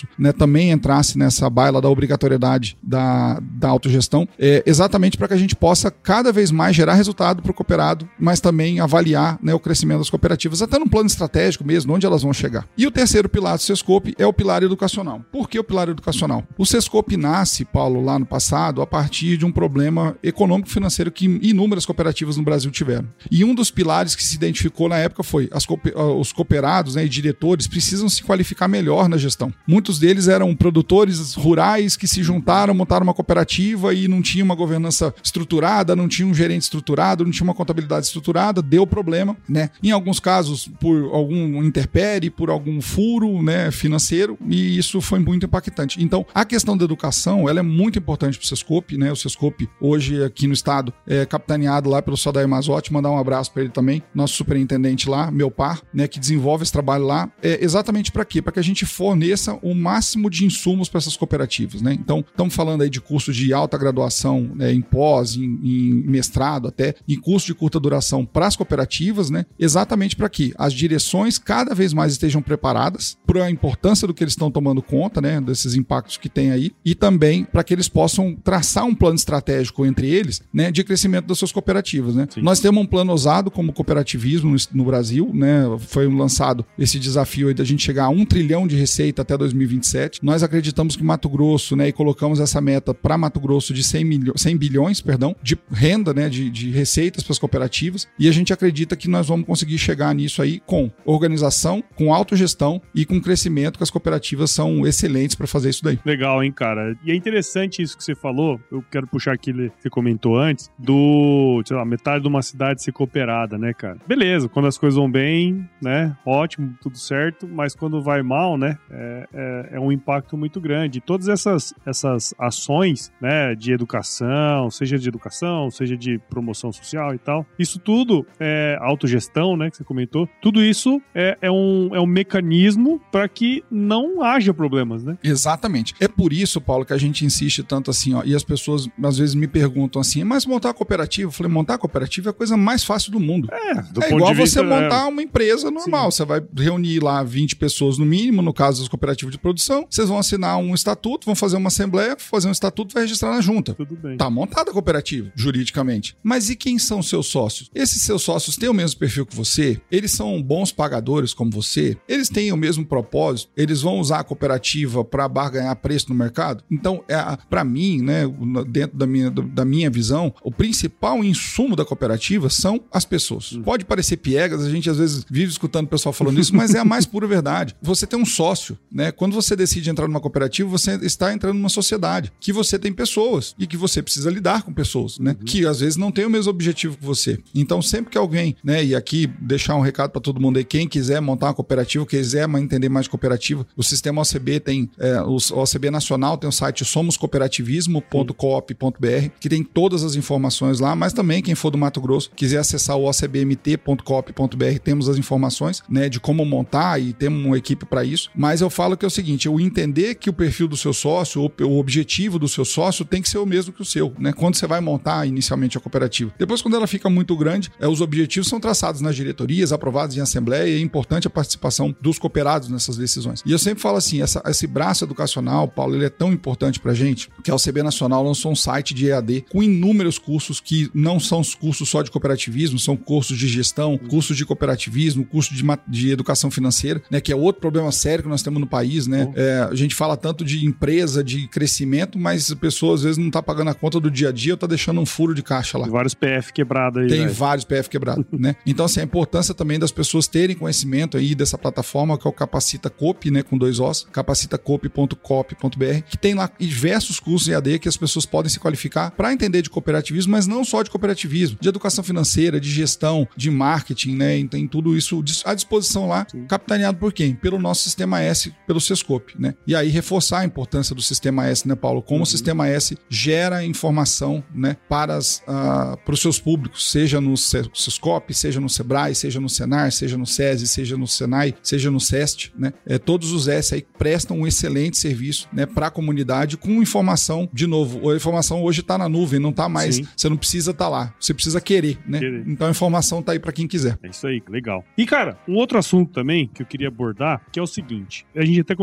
curso, né, também entrasse nessa baila da obrigatoriedade da, da autogestão, é, exatamente para que a gente possa cada vez mais gerar resultado para o cooperado, mas também avaliar, né, o crescimento das cooperativas, até num plano estratégico mesmo, onde elas vão chegar. E o terceiro pilar do Sescope é o pilar educacional. Por que o pilar educacional? O Sescope nasce, Paulo, lá no passado, a partir de um problema econômico-financeiro que inúmeras cooperativas no Brasil tiveram. E um dos pilares que se identificou na época foi as co- os cooperados, né, e diretores precisam se qualificar melhor na gestão. Muitos deles eram produtores rurais que se juntaram, montaram uma cooperativa e não tinha uma governança estruturada, não tinha um gerente estruturado, não tinha uma contabilidade estruturada, deu problema, né? Em alguns casos, por algum interpérie, por algum furo, né, financeiro, e isso foi muito impactante. Então, a questão da educação, ela é muito importante para o Sescope, né? O Sescope, hoje aqui no estado, é capitaneado lá pelo Sadair Mazotti, mandar um abraço para ele também, nosso superintendente lá, meu par, né, que desenvolve esse trabalho lá, é exatamente para quê? Para que a gente forneça o máximo de insumos para essas cooperativas, né? Então, estamos falando aí de cursos de alta graduação, né, em pós, em, em mestrado até, em curso de curta duração para as cooperativas, né? Exatamente para que as direções cada vez mais estejam preparadas para a importância do que eles estão tomando conta, né, desses impactos que tem aí, e também para que eles possam traçar um plano estratégico entre eles, né, de crescimento das suas cooperativas, né? Sim. Nós temos um plano ousado como cooperativismo no, no Brasil, né? Foi lançado esse desafio aí da gente chegar a um trilhão de receita até dois mil e vinte e sete. Nós acreditamos que Mato Grosso, né, e colocamos essa meta para Mato Grosso de cem, milho, cem bilhões, perdão, de renda, né, de, de receitas para as cooperativas, e a gente acredita que nós vamos conseguir chegar nisso aí com organização, com autogestão e com crescimento, que as cooperativas são excelentes para fazer isso daí. Legal, hein, cara? E é interessante isso que você falou, eu quero puxar aquilo que você comentou antes, do, sei lá, metade de uma cidade ser cooperada, né, cara? Beleza, quando as coisas vão bem, né, ótimo, tudo certo, mas quando vai mal, né, é, é, é um impacto muito grande. E todas essas, essas ações, né, de educação, seja de educação, seja de promoção social e tal, isso tudo é autogestão, né, que você comentou, tudo isso é, é, um, é um mecanismo para que não haja problemas, né? Exatamente. É por isso, Paulo, que a gente insiste tanto assim, ó, e as pessoas às vezes me perguntam assim, mas montar a cooperativa? Eu falei, montar a cooperativa é a coisa mais fácil do mundo. É, do é ponto igual de vista, você montar é... uma empresa normal. Sim. Você vai reunir lá vinte pessoas no mínimo, no caso das cooperativas de produção, vocês vão assinar um estatuto, vão fazer uma assembleia, fazer um estatuto e vai registrar na junta. Tudo bem. Tá montada a cooperativa, juridicamente. Mas e quem são seus sócios? Esses seus sócios têm o mesmo perfil que você? Eles são bons pagadores como você? Eles têm o mesmo propósito? Eles vão usar a cooperativa para barganhar preço no mercado? Então, é, para mim, né, dentro da minha, da minha visão, o principal insumo da cooperativa são as pessoas. Hum. Pode parecer piegas, a gente às vezes vive escutando o pessoal falando isso, mas é a mais pura verdade. Você tem um sócio, né? Quando você decide entrar numa cooperativa, você está entrando numa sociedade, que você tem pessoas e que você precisa lidar com pessoas, né? Uhum. Que às vezes não tem o mesmo objetivo que você. Então, sempre que alguém, né, e aqui deixar um recado para todo mundo aí, quem quiser montar uma cooperativa, quiser entender mais de cooperativa, o sistema O C B tem, é, o O C B Nacional tem o site somos cooperativismo ponto coop ponto b r, que tem todas as informações lá, mas também quem for do Mato Grosso, quiser acessar o o c b m t ponto coop ponto b r, temos as informações, né, de como montar e temos uma equipe para isso. Mas eu falo que é o seguinte, eu entender que o perfil do seu sócio, o objetivo do seu sócio tem que ser o mesmo que o seu, né? Quando você vai montar inicialmente a cooperativa. Depois, quando ela fica muito grande, é, os objetivos são traçados nas diretorias, aprovados em assembleia, e é importante a participação dos cooperados nessas decisões. E eu sempre falo assim, essa, esse braço educacional, Paulo, ele é tão importante pra gente, que a O C B Nacional lançou um site de E A D com inúmeros cursos que não são cursos só de cooperativismo, são cursos de gestão, cursos de cooperativismo, cursos de, de educação financeira, né, que é outro problema sério que nós temos no país, né? É, a gente fala tanto de empresa, de crescimento, mas a pessoa às vezes não tá pagando a conta do dia a dia ou tá deixando um furo de caixa lá. Tem vários P F quebrados aí. Tem véio. vários P F quebrados, né? Então, assim, a importância também das pessoas terem conhecimento aí dessa plataforma, que é o Capacita Coop, né, com dois Os, capacita coop ponto coop ponto b r, que tem lá diversos cursos E A D que as pessoas podem se qualificar para entender de cooperativismo, mas não só de cooperativismo, de educação financeira, de gestão, de marketing, né? E tem tudo isso à disposição lá. Sim. Capitaneado por quem? Pelo nosso Sistema S, pelo Sescope, né? E aí reforçar a importância do Sistema S, né, Paulo? Como uhum. o Sistema S gera informação, né, para, as, uh, para os seus públicos, seja no Sescope, seja no Sebrae, seja no Senar, seja no SESI, seja no Senai, seja no SEST, né? É, todos os S aí prestam um excelente serviço, né, para a comunidade com informação, de novo, a informação hoje está na nuvem, não está mais, Sim. você não precisa estar tá lá, você precisa querer, né? Querer. Então a informação está aí para quem quiser. É isso aí, legal. E cara, um outro assunto também que eu queria abordar, que é o seguinte, a gente até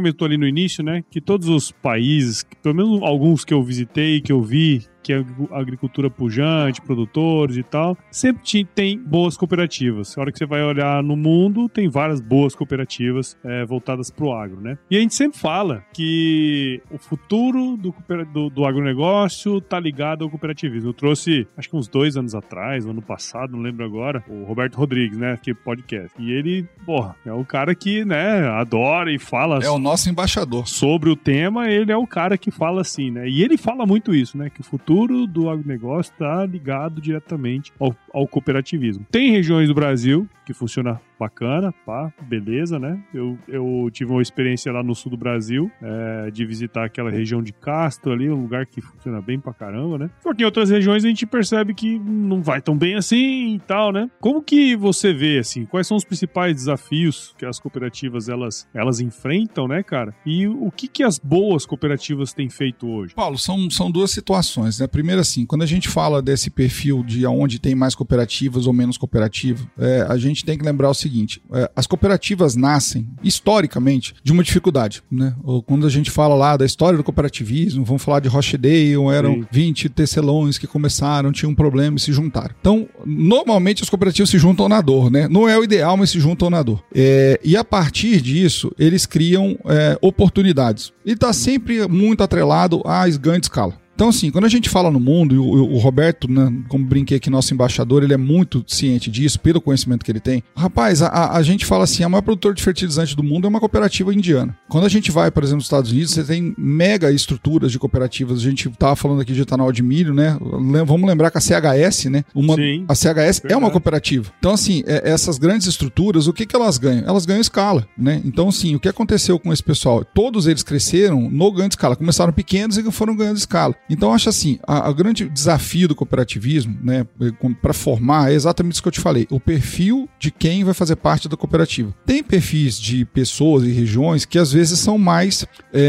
comentou ali no início, né, que todos os países, pelo menos alguns que eu visitei, que eu vi, que é agricultura pujante, produtores e tal, sempre tem boas cooperativas. A hora que você vai olhar no mundo, tem várias boas cooperativas é, voltadas para o agro, né? E a gente sempre fala que o futuro do, do, do agronegócio tá ligado ao cooperativismo. Eu trouxe, acho que uns dois anos atrás, ano passado, não lembro agora, o Roberto Rodrigues, né, que podcast. E ele, porra, é o cara que, né, adora e fala... É o nosso embaixador. Sobre o tema, ele é o cara que fala assim, né? E ele fala muito isso, né, que o futuro O futuro do agronegócio está ligado diretamente ao, ao cooperativismo. Tem regiões do Brasil que funciona bacana, pá, beleza, né? Eu, eu tive uma experiência lá no sul do Brasil, é, de visitar aquela região de Castro ali, um lugar que funciona bem pra caramba, né? Só que em outras regiões a gente percebe que não vai tão bem assim e tal, né? Como que você vê, assim, quais são os principais desafios que as cooperativas, elas, elas enfrentam, né, cara? E o que que as boas cooperativas têm feito hoje? Paulo, são, são duas situações, né? Primeiro, assim, quando a gente fala desse perfil de onde tem mais cooperativas ou menos cooperativas, é, a gente tem que lembrar o seguinte, é, as cooperativas nascem, historicamente, de uma dificuldade, né? Ou quando a gente fala lá da história do cooperativismo, vamos falar de Rochdale, eram Sim. vinte tecelões que começaram, tinham um problema e se juntaram. Então, normalmente as cooperativas se juntam na dor, né? Não é o ideal, mas se juntam na dor. É, e a partir disso, eles criam é, oportunidades. E está sempre muito atrelado a ganho de escala. Então, assim, quando a gente fala no mundo, e o, o Roberto, né, como brinquei aqui, nosso embaixador, ele é muito ciente disso, pelo conhecimento que ele tem. Rapaz, a, a gente fala assim, a maior produtora de fertilizante do mundo é uma cooperativa indiana. Quando a gente vai, por exemplo, nos Estados Unidos, você tem mega estruturas de cooperativas. A gente estava falando aqui de etanol de milho, né? Vamos lembrar que a C H S, né? Uma, Sim, a C H S verdade. É uma cooperativa. Então, assim, é, essas grandes estruturas, o que, que elas ganham? Elas ganham escala, né? Então, assim, o que aconteceu com esse pessoal? Todos eles cresceram no ganho de escala. Começaram pequenos e foram ganhando escala. Então, acho assim, o grande desafio do cooperativismo, né, para formar, é exatamente isso que eu te falei, o perfil de quem vai fazer parte da cooperativa. Tem perfis de pessoas e regiões que às vezes são mais,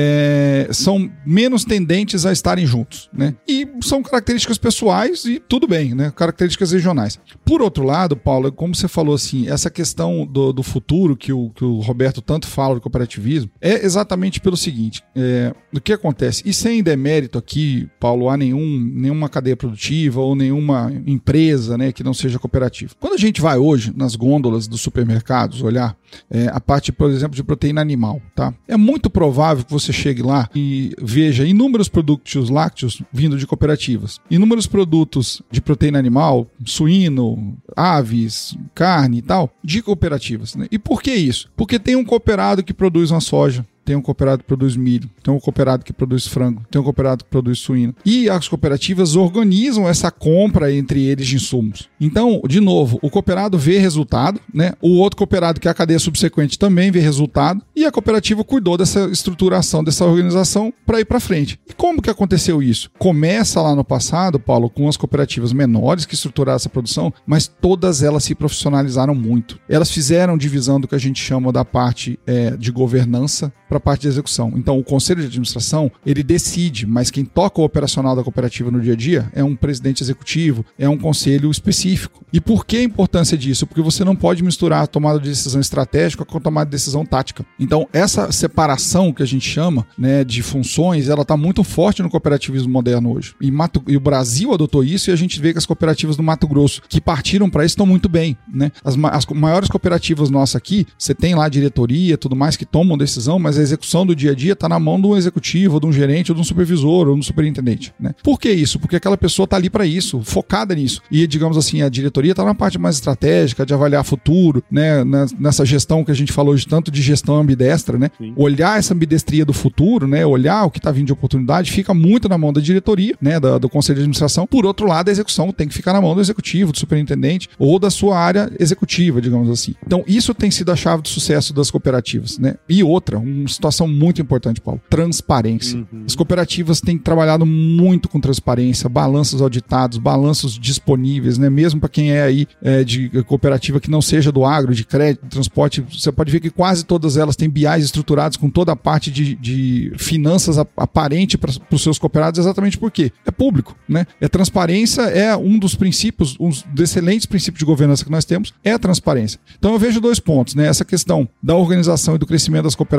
é, são menos tendentes a estarem juntos, né, e são características pessoais e tudo bem, né, características regionais. Por outro lado, Paulo, como você falou assim, essa questão do, do futuro que o, que o Roberto tanto fala do cooperativismo, é exatamente pelo seguinte, é, o que acontece, e sem demérito aqui, Paulo, há nenhum, nenhuma cadeia produtiva ou nenhuma empresa, né, que não seja cooperativa. Quando a gente vai hoje nas gôndolas dos supermercados olhar é, a parte, por exemplo, de proteína animal, tá? É muito provável que você chegue lá e veja inúmeros produtos lácteos vindo de cooperativas. Inúmeros produtos de proteína animal, suíno, aves, carne e tal, de cooperativas, né? E por que isso? Porque tem um cooperado que produz uma soja, tem um cooperado que produz milho, tem um cooperado que produz frango, tem um cooperado que produz suíno. E as cooperativas organizam essa compra entre eles de insumos. Então, de novo, o cooperado vê resultado, né? O outro cooperado, que é a cadeia subsequente, também vê resultado. E a cooperativa cuidou dessa estruturação, dessa organização para ir para frente. E como que aconteceu isso? Começa lá no passado, Paulo, com as cooperativas menores que estruturaram essa produção, mas todas elas se profissionalizaram muito. Elas fizeram divisão do que a gente chama da parte é, de governança para a parte de execução. Então, o conselho de administração, ele decide, mas quem toca o operacional da cooperativa no dia a dia é um presidente executivo, é um conselho específico. E por que a importância disso? Porque você não pode misturar a tomada de decisão estratégica com a tomada de decisão tática. Então, essa separação que a gente chama, né, de funções, ela está muito forte no cooperativismo moderno hoje. E, Mato, e o Brasil adotou isso e a gente vê que as cooperativas do Mato Grosso, que partiram para isso, estão muito bem, né? As, as maiores cooperativas nossas aqui, você tem lá a diretoria, tudo mais, que tomam decisão, mas a execução do dia a dia está na mão de um executivo, de um gerente, ou de um supervisor, ou de um superintendente, né? Por que isso? Porque aquela pessoa está ali para isso, focada nisso. E, digamos assim, a diretoria está na parte mais estratégica, de avaliar futuro, né? Nessa gestão que a gente falou de tanto de gestão ambidestra, né? Sim. Olhar essa ambidestria do futuro, né? Olhar o que está vindo de oportunidade, fica muito na mão da diretoria, né? Da, do conselho de administração. Por outro lado, a execução tem que ficar na mão do executivo, do superintendente, ou da sua área executiva, digamos assim. Então, isso tem sido a chave do sucesso das cooperativas, né? E outra, uma situação muito importante, Paulo, transparência. Uhum. As cooperativas têm trabalhado muito com transparência, balanços auditados, balanços disponíveis, né? Mesmo para quem é aí é, de cooperativa que não seja do agro, de crédito, de transporte, você pode ver que quase todas elas têm B Is estruturados com toda a parte de, de finanças aparente para os seus cooperados, exatamente por quê? É público, né? É transparência, é um dos princípios, um dos excelentes princípios de governança que nós temos, é a transparência. Então eu vejo dois pontos, né? Essa questão da organização e do crescimento das cooperativas está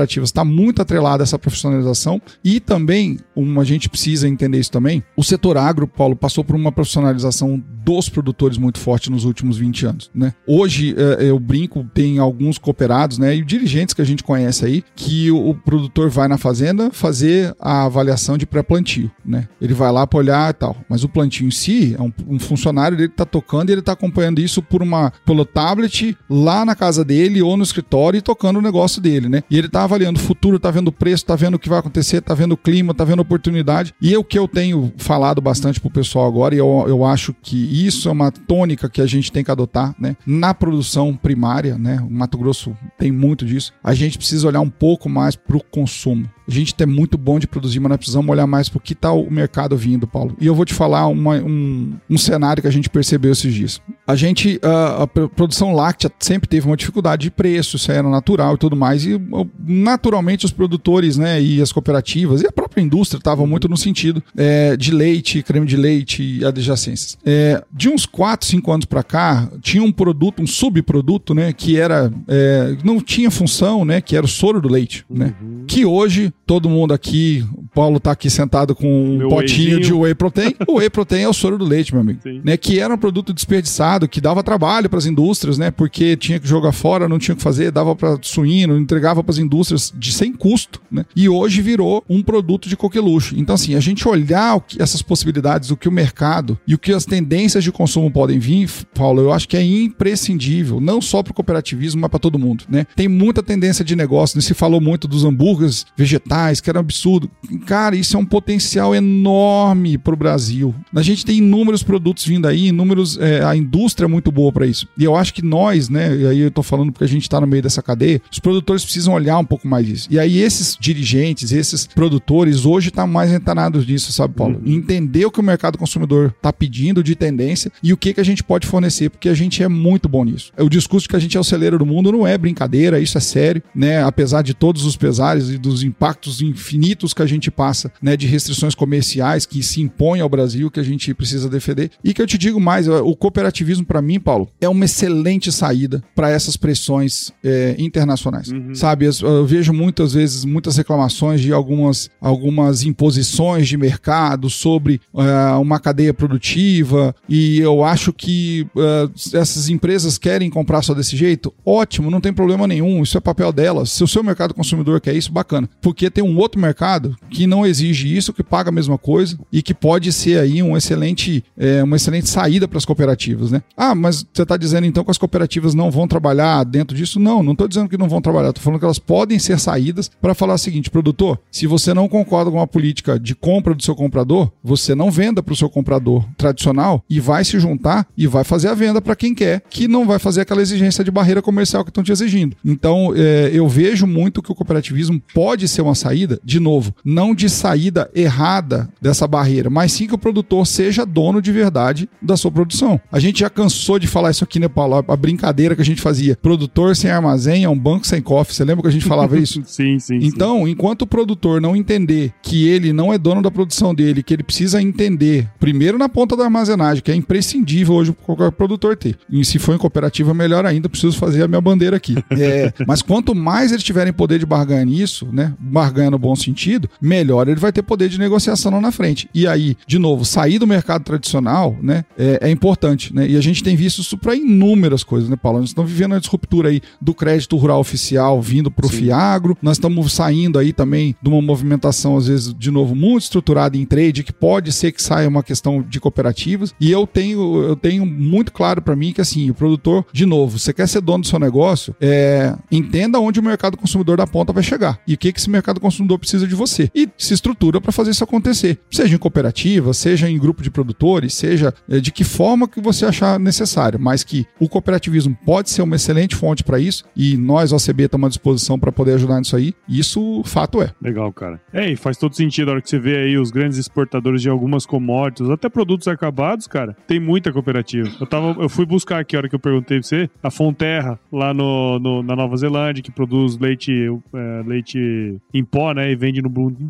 está muito atrelado a essa profissionalização e também, um, a gente precisa entender isso também, o setor agro, Paulo, passou por uma profissionalização dos produtores muito forte nos últimos vinte anos, né? Hoje, eu brinco, tem alguns cooperados, né, e dirigentes que a gente conhece aí, que o, o produtor vai na fazenda fazer a avaliação de pré-plantio, né? Ele vai lá para olhar e tal, mas o plantio em si, é um, um funcionário dele que está tocando e ele está acompanhando isso por uma, pelo tablet, lá na casa dele ou no escritório e tocando o negócio dele, né? E ele está avaliando o futuro, está vendo o preço, está vendo o que vai acontecer, está vendo o clima, está vendo a oportunidade. E é o que eu tenho falado bastante pro pessoal agora, e eu, eu acho que isso é uma tônica que a gente tem que adotar, né? Na produção primária, né? O Mato Grosso tem muito disso. A gente precisa olhar um pouco mais pro consumo. A gente é muito bom de produzir, mas nós precisamos olhar mais para o que está o mercado vindo, Paulo. E eu vou te falar uma, um, um cenário que a gente percebeu esses dias. A gente, a, a produção láctea sempre teve uma dificuldade de preço, isso era natural e tudo mais, e naturalmente os produtores, né, e as cooperativas e a própria indústria estavam muito no sentido é, de leite, creme de leite e adjacências. É, de uns quatro, cinco anos para cá, tinha um produto, um subproduto, né, que era, é, não tinha função, né, que era o soro do leite, né, uhum. Que hoje todo mundo aqui, o Paulo tá aqui sentado com um meu potinho wheyzinho de whey protein. O whey protein é o soro do leite, meu amigo. Né, que era um produto desperdiçado, que dava trabalho para as indústrias, né? Porque tinha que jogar fora, não tinha o que fazer, dava para suíno, entregava para as indústrias de sem custo, né? E hoje virou um produto de coqueluche. Então, assim, a gente olhar o que, essas possibilidades, o que o mercado e o que as tendências de consumo podem vir, Paulo, eu acho que é imprescindível, não só para o cooperativismo, mas para todo mundo, né? Tem muita tendência de negócio, né? Se falou muito dos hambúrgueres vegetais, que era um absurdo. Cara, isso é um potencial enorme para o Brasil. A gente tem inúmeros produtos vindo aí, inúmeros, é, a indústria é muito boa para isso. E eu acho que nós, né, e aí eu tô falando porque a gente tá no meio dessa cadeia, os produtores precisam olhar um pouco mais disso. E aí esses dirigentes, esses produtores, hoje estão mais antenados disso, sabe, Paulo? Uhum. Entender o que o mercado consumidor tá pedindo de tendência e o que, que a gente pode fornecer, porque a gente é muito bom nisso. O discurso de que a gente é o celeiro do mundo não é brincadeira, isso é sério, né? Apesar de todos os pesares e dos impactos infinitos que a gente passa, né, de restrições comerciais que se impõem ao Brasil, que a gente precisa defender. E que eu te digo mais, o cooperativismo para mim, Paulo, é uma excelente saída para essas pressões é, internacionais. Uhum. Sabe, eu, eu vejo muitas vezes muitas reclamações de algumas, algumas imposições de mercado sobre uh, uma cadeia produtiva, e eu acho que uh, essas empresas querem comprar só desse jeito. Ótimo, não tem problema nenhum, isso é papel delas. Se o seu mercado consumidor quer isso, bacana. Porque tem um outro mercado que não exige isso, que paga a mesma coisa e que pode ser aí um excelente, é, uma excelente saída para as cooperativas, né? Ah, mas você está dizendo então que as cooperativas não vão trabalhar dentro disso? Não, não estou dizendo que não vão trabalhar, estou falando que elas podem ser saídas para falar o seguinte: produtor, se você não concorda com a política de compra do seu comprador, você não venda para o seu comprador tradicional e vai se juntar e vai fazer a venda para quem quer, que não vai fazer aquela exigência de barreira comercial que estão te exigindo. Então, é, eu vejo muito que o cooperativismo pode ser uma saída, de novo, não de saída errada dessa barreira, mas sim que o produtor seja dono de verdade da sua produção. A gente já cansou de falar isso aqui, né, Paulo? A brincadeira que a gente fazia. Produtor sem armazém é um banco sem cofre. Você lembra que a gente falava isso? Sim, sim. Então, sim. Enquanto o produtor não entender que ele não é dono da produção dele, que ele precisa entender, primeiro na ponta da armazenagem, que é imprescindível hoje para qualquer produtor ter. E se for em cooperativa, melhor ainda, preciso fazer a minha bandeira aqui. É, mas quanto mais eles tiverem poder de barganha nisso, né, barganha no bom sentido, melhor ele vai ter poder de negociação lá na frente. E aí, de novo, sair do mercado tradicional, né, é, é importante, né? E a gente tem visto isso para inúmeras coisas, né, Paulo? Nós estamos vivendo a disruptura aí do crédito rural oficial vindo para o Fiagro, nós estamos saindo aí também de uma movimentação, às vezes, de novo, muito estruturada em trade, que pode ser que saia uma questão de cooperativas, e eu tenho, eu tenho muito claro para mim que, assim, o produtor, de novo, você quer ser dono do seu negócio, é, entenda onde o mercado consumidor da ponta vai chegar, e o que, que esse mercado consumidor precisa de você, e se estrutura para fazer isso acontecer, seja em cooperativa, seja em grupo de produtores, seja é, de que forma que você achar necessário, mas que o cooperativismo pode ser uma excelente fonte para isso, e nós, O C B, estamos à disposição para poder ajudar nisso aí, e isso, fato é. Legal, cara. É, e faz todo sentido a hora que você vê aí os grandes exportadores de algumas commodities, até produtos acabados, cara, tem muita cooperativa. Eu, tava, eu fui buscar aqui, a hora que eu perguntei pra você, a Fonterra, lá no, no, na Nova Zelândia, que produz leite, é, leite em pó, né, e vende no mundo,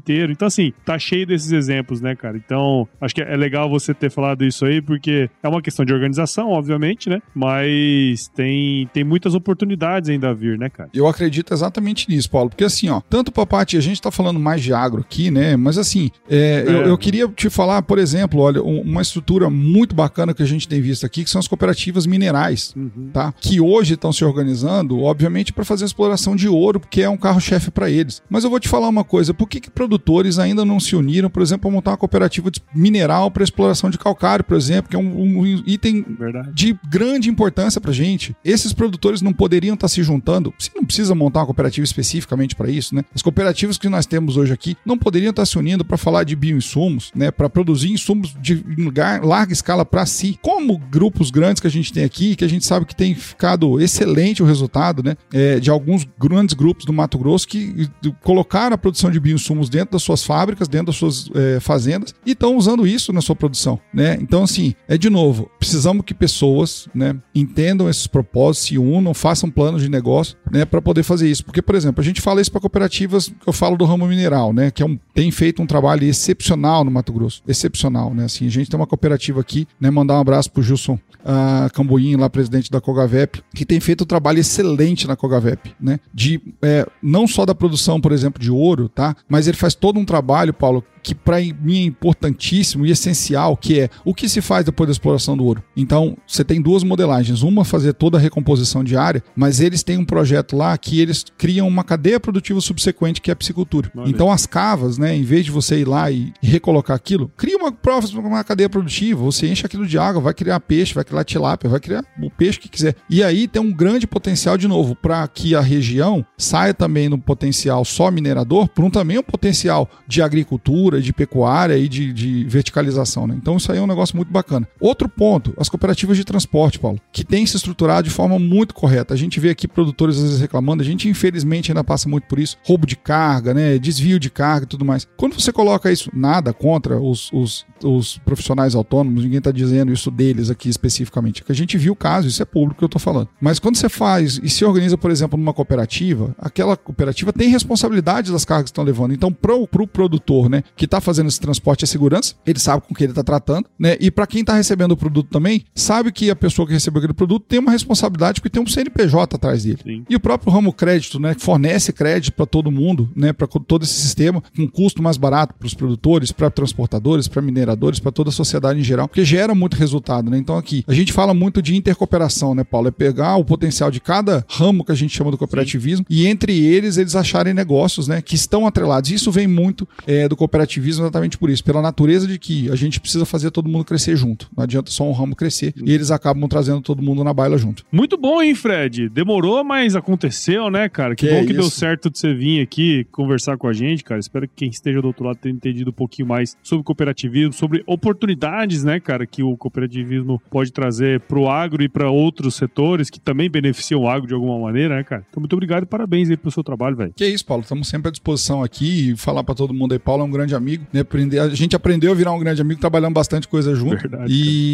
inteiro. Então, assim, tá cheio desses exemplos, né, cara? Então, acho que é legal você ter falado isso aí, porque é uma questão de organização, obviamente, né? Mas tem, tem muitas oportunidades ainda a vir, né, cara? Eu acredito exatamente nisso, Paulo, porque assim, ó, tanto Papati, a gente tá falando mais de agro aqui, né? Mas assim, é, é. Eu, eu queria te falar, por exemplo, olha, uma estrutura muito bacana que a gente tem visto aqui, que são as cooperativas minerais, uhum. tá? Que hoje estão se organizando, obviamente, para fazer a exploração de ouro, porque é um carro-chefe para eles. Mas eu vou te falar uma coisa, por que que produtores ainda não se uniram, por exemplo, para montar uma cooperativa de mineral para exploração de calcário, por exemplo, que é um, um item Verdade. de grande importância pra gente? Esses produtores não poderiam estar se juntando? Você não precisa montar uma cooperativa especificamente para isso, né? As cooperativas que nós temos hoje aqui não poderiam estar se unindo para falar de bioinsumos, né? Para produzir insumos de larga escala para si. Como grupos grandes que a gente tem aqui, que a gente sabe que tem ficado excelente o resultado, né? É, de alguns grandes grupos do Mato Grosso que colocaram a produção de bioinsumos dentro das suas fábricas, dentro das suas é, fazendas e estão usando isso na sua produção, né? Então, assim, é de novo, precisamos que pessoas, né, entendam esses propósitos, se unam, façam planos de negócio, né, para poder fazer isso. Porque, por exemplo, a gente fala isso para cooperativas, que eu falo do ramo mineral, né, que é um, tem feito um trabalho excepcional no Mato Grosso, excepcional, né? Assim, a gente tem uma cooperativa aqui, né, mandar um abraço pro Gilson uh, Cambuim, lá presidente da Cogavep, que tem feito um trabalho excelente na Cogavep, né, de é, não só da produção, por exemplo, de ouro, tá, mas ele faz todo um trabalho, Paulo, que para mim é importantíssimo e essencial, que é o que se faz depois da exploração do ouro. Então, você tem duas modelagens, uma fazer toda a recomposição diária, mas eles têm um projeto lá que eles criam uma cadeia produtiva subsequente, que é a piscicultura. Olha. Então, as cavas, né, em vez de você ir lá e recolocar aquilo, cria uma, uma cadeia produtiva, você enche aquilo de água, vai criar peixe, vai criar tilápia, vai criar o peixe que quiser. E aí tem um grande potencial, de novo, para que a região saia também no potencial só minerador, para um também um potencial de agricultura, de pecuária e de, de verticalização, né? Então isso aí é um negócio muito bacana. Outro ponto, as cooperativas de transporte, Paulo, que têm se estruturado de forma muito correta. A gente vê aqui produtores às vezes reclamando, a gente infelizmente ainda passa muito por isso, roubo de carga, né? Desvio de carga e tudo mais. Quando você coloca isso, nada contra os, os, os profissionais autônomos, ninguém está dizendo isso deles aqui especificamente, é que a gente viu o caso, isso é público que eu estou falando. Mas quando você faz e se organiza, por exemplo, numa cooperativa, aquela cooperativa tem responsabilidade das cargas que estão levando. Então, para o pro produtor, né, que está fazendo esse transporte é segurança, ele sabe com o que ele está tratando, né? E para quem está recebendo o produto também, sabe que a pessoa que recebeu aquele produto tem uma responsabilidade porque tem um C N P J atrás dele. Sim. E o próprio ramo crédito, né, fornece crédito para todo mundo, né, para todo esse sistema, com um custo mais barato para os produtores, para transportadores, para mineradores, para toda a sociedade em geral, porque gera muito resultado, né? Então aqui, a gente fala muito de intercooperação, né, Paulo? É pegar o potencial de cada ramo que a gente chama do cooperativismo. Sim. E entre eles, eles acharem negócios, né, que estão atrelados. Isso vem muito é, do cooperativismo exatamente por isso, pela natureza de que a gente precisa fazer todo mundo crescer junto. Não adianta só um ramo crescer e eles acabam trazendo todo mundo na baila junto. Muito bom, hein, Fred? Demorou, mas aconteceu, né, cara? Que, que bom é que isso? Deu certo de você vir aqui conversar com a gente, cara. Espero que quem esteja do outro lado tenha entendido um pouquinho mais sobre cooperativismo, sobre oportunidades, né, cara, que o cooperativismo pode trazer pro agro e para outros setores que também beneficiam o agro de alguma maneira, né, cara? Então, muito obrigado e parabéns aí pelo seu trabalho, velho. Que isso, Paulo. Estamos sempre à disposição aqui e falar para todo mundo aí. Paulo é um grande amigo, né? Aprender, a gente aprendeu a virar um grande amigo, trabalhando bastante coisa junto. Verdade,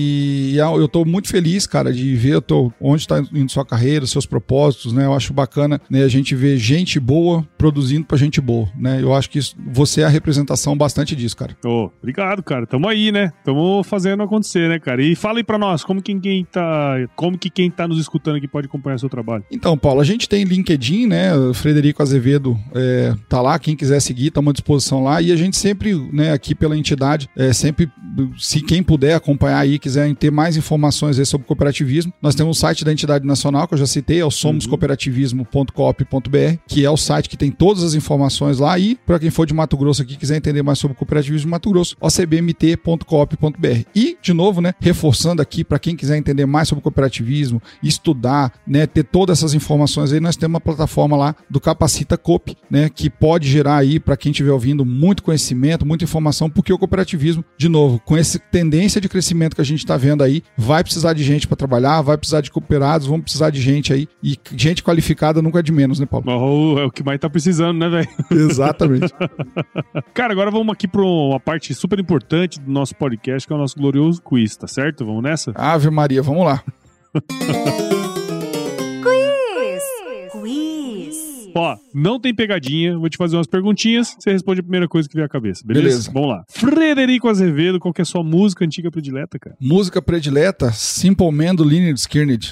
e cara. Eu tô muito feliz, cara, de ver eu tô, onde tá indo sua carreira, seus propósitos, né? Eu acho bacana, né, a gente ver gente boa produzindo pra gente boa, né? Eu acho que isso, você é a representação bastante disso, cara. Oh, obrigado, cara. Tamo aí, né? Tamo fazendo acontecer, né, cara? E fala aí pra nós, como que quem tá, como que quem tá nos escutando aqui pode acompanhar seu trabalho? Então, Paulo, a gente tem LinkedIn, né? O Frederico Azevedo é, tá lá, quem quiser seguir, estamos à disposição lá. E a gente sempre, né, aqui pela entidade, é, sempre, se quem puder acompanhar aí, quiser ter mais informações aí sobre cooperativismo, nós temos o site da entidade nacional, que eu já citei, é o somos cooperativismo ponto coop ponto b r, que é o site que tem todas as informações lá. E para quem for de Mato Grosso aqui, quiser entender mais sobre cooperativismo de Mato Grosso, o c b m t ponto coop ponto b r. E, de novo, né, reforçando aqui, para quem quiser entender mais sobre cooperativismo, estudar, né, ter todas essas informações aí, nós temos uma plataforma lá do Capacita Coop, né, que pode gerar aí, para quem estiver ouvindo, muito conhecimento, muita informação, porque o cooperativismo, de novo, com essa tendência de crescimento que a gente está vendo aí, vai precisar de gente para trabalhar, vai precisar de cooperados, vão precisar de gente aí, e gente qualificada nunca é de menos, né, Paulo? Oh, é o que mais tá precisando, né, velho? Exatamente. Cara, agora vamos aqui para uma parte super importante do nosso podcast, que é o nosso glorioso quiz, tá certo? Vamos nessa? Ave Maria, vamos lá. Quiz! Quiz! Ó, não tem pegadinha, vou te fazer umas perguntinhas, você responde a primeira coisa que vier à cabeça, beleza? Beleza. Vamos lá. Frederico Azevedo, qual que é a sua música antiga predileta, cara? Música predileta, Simple Man, do Lynyrd Skynyrd.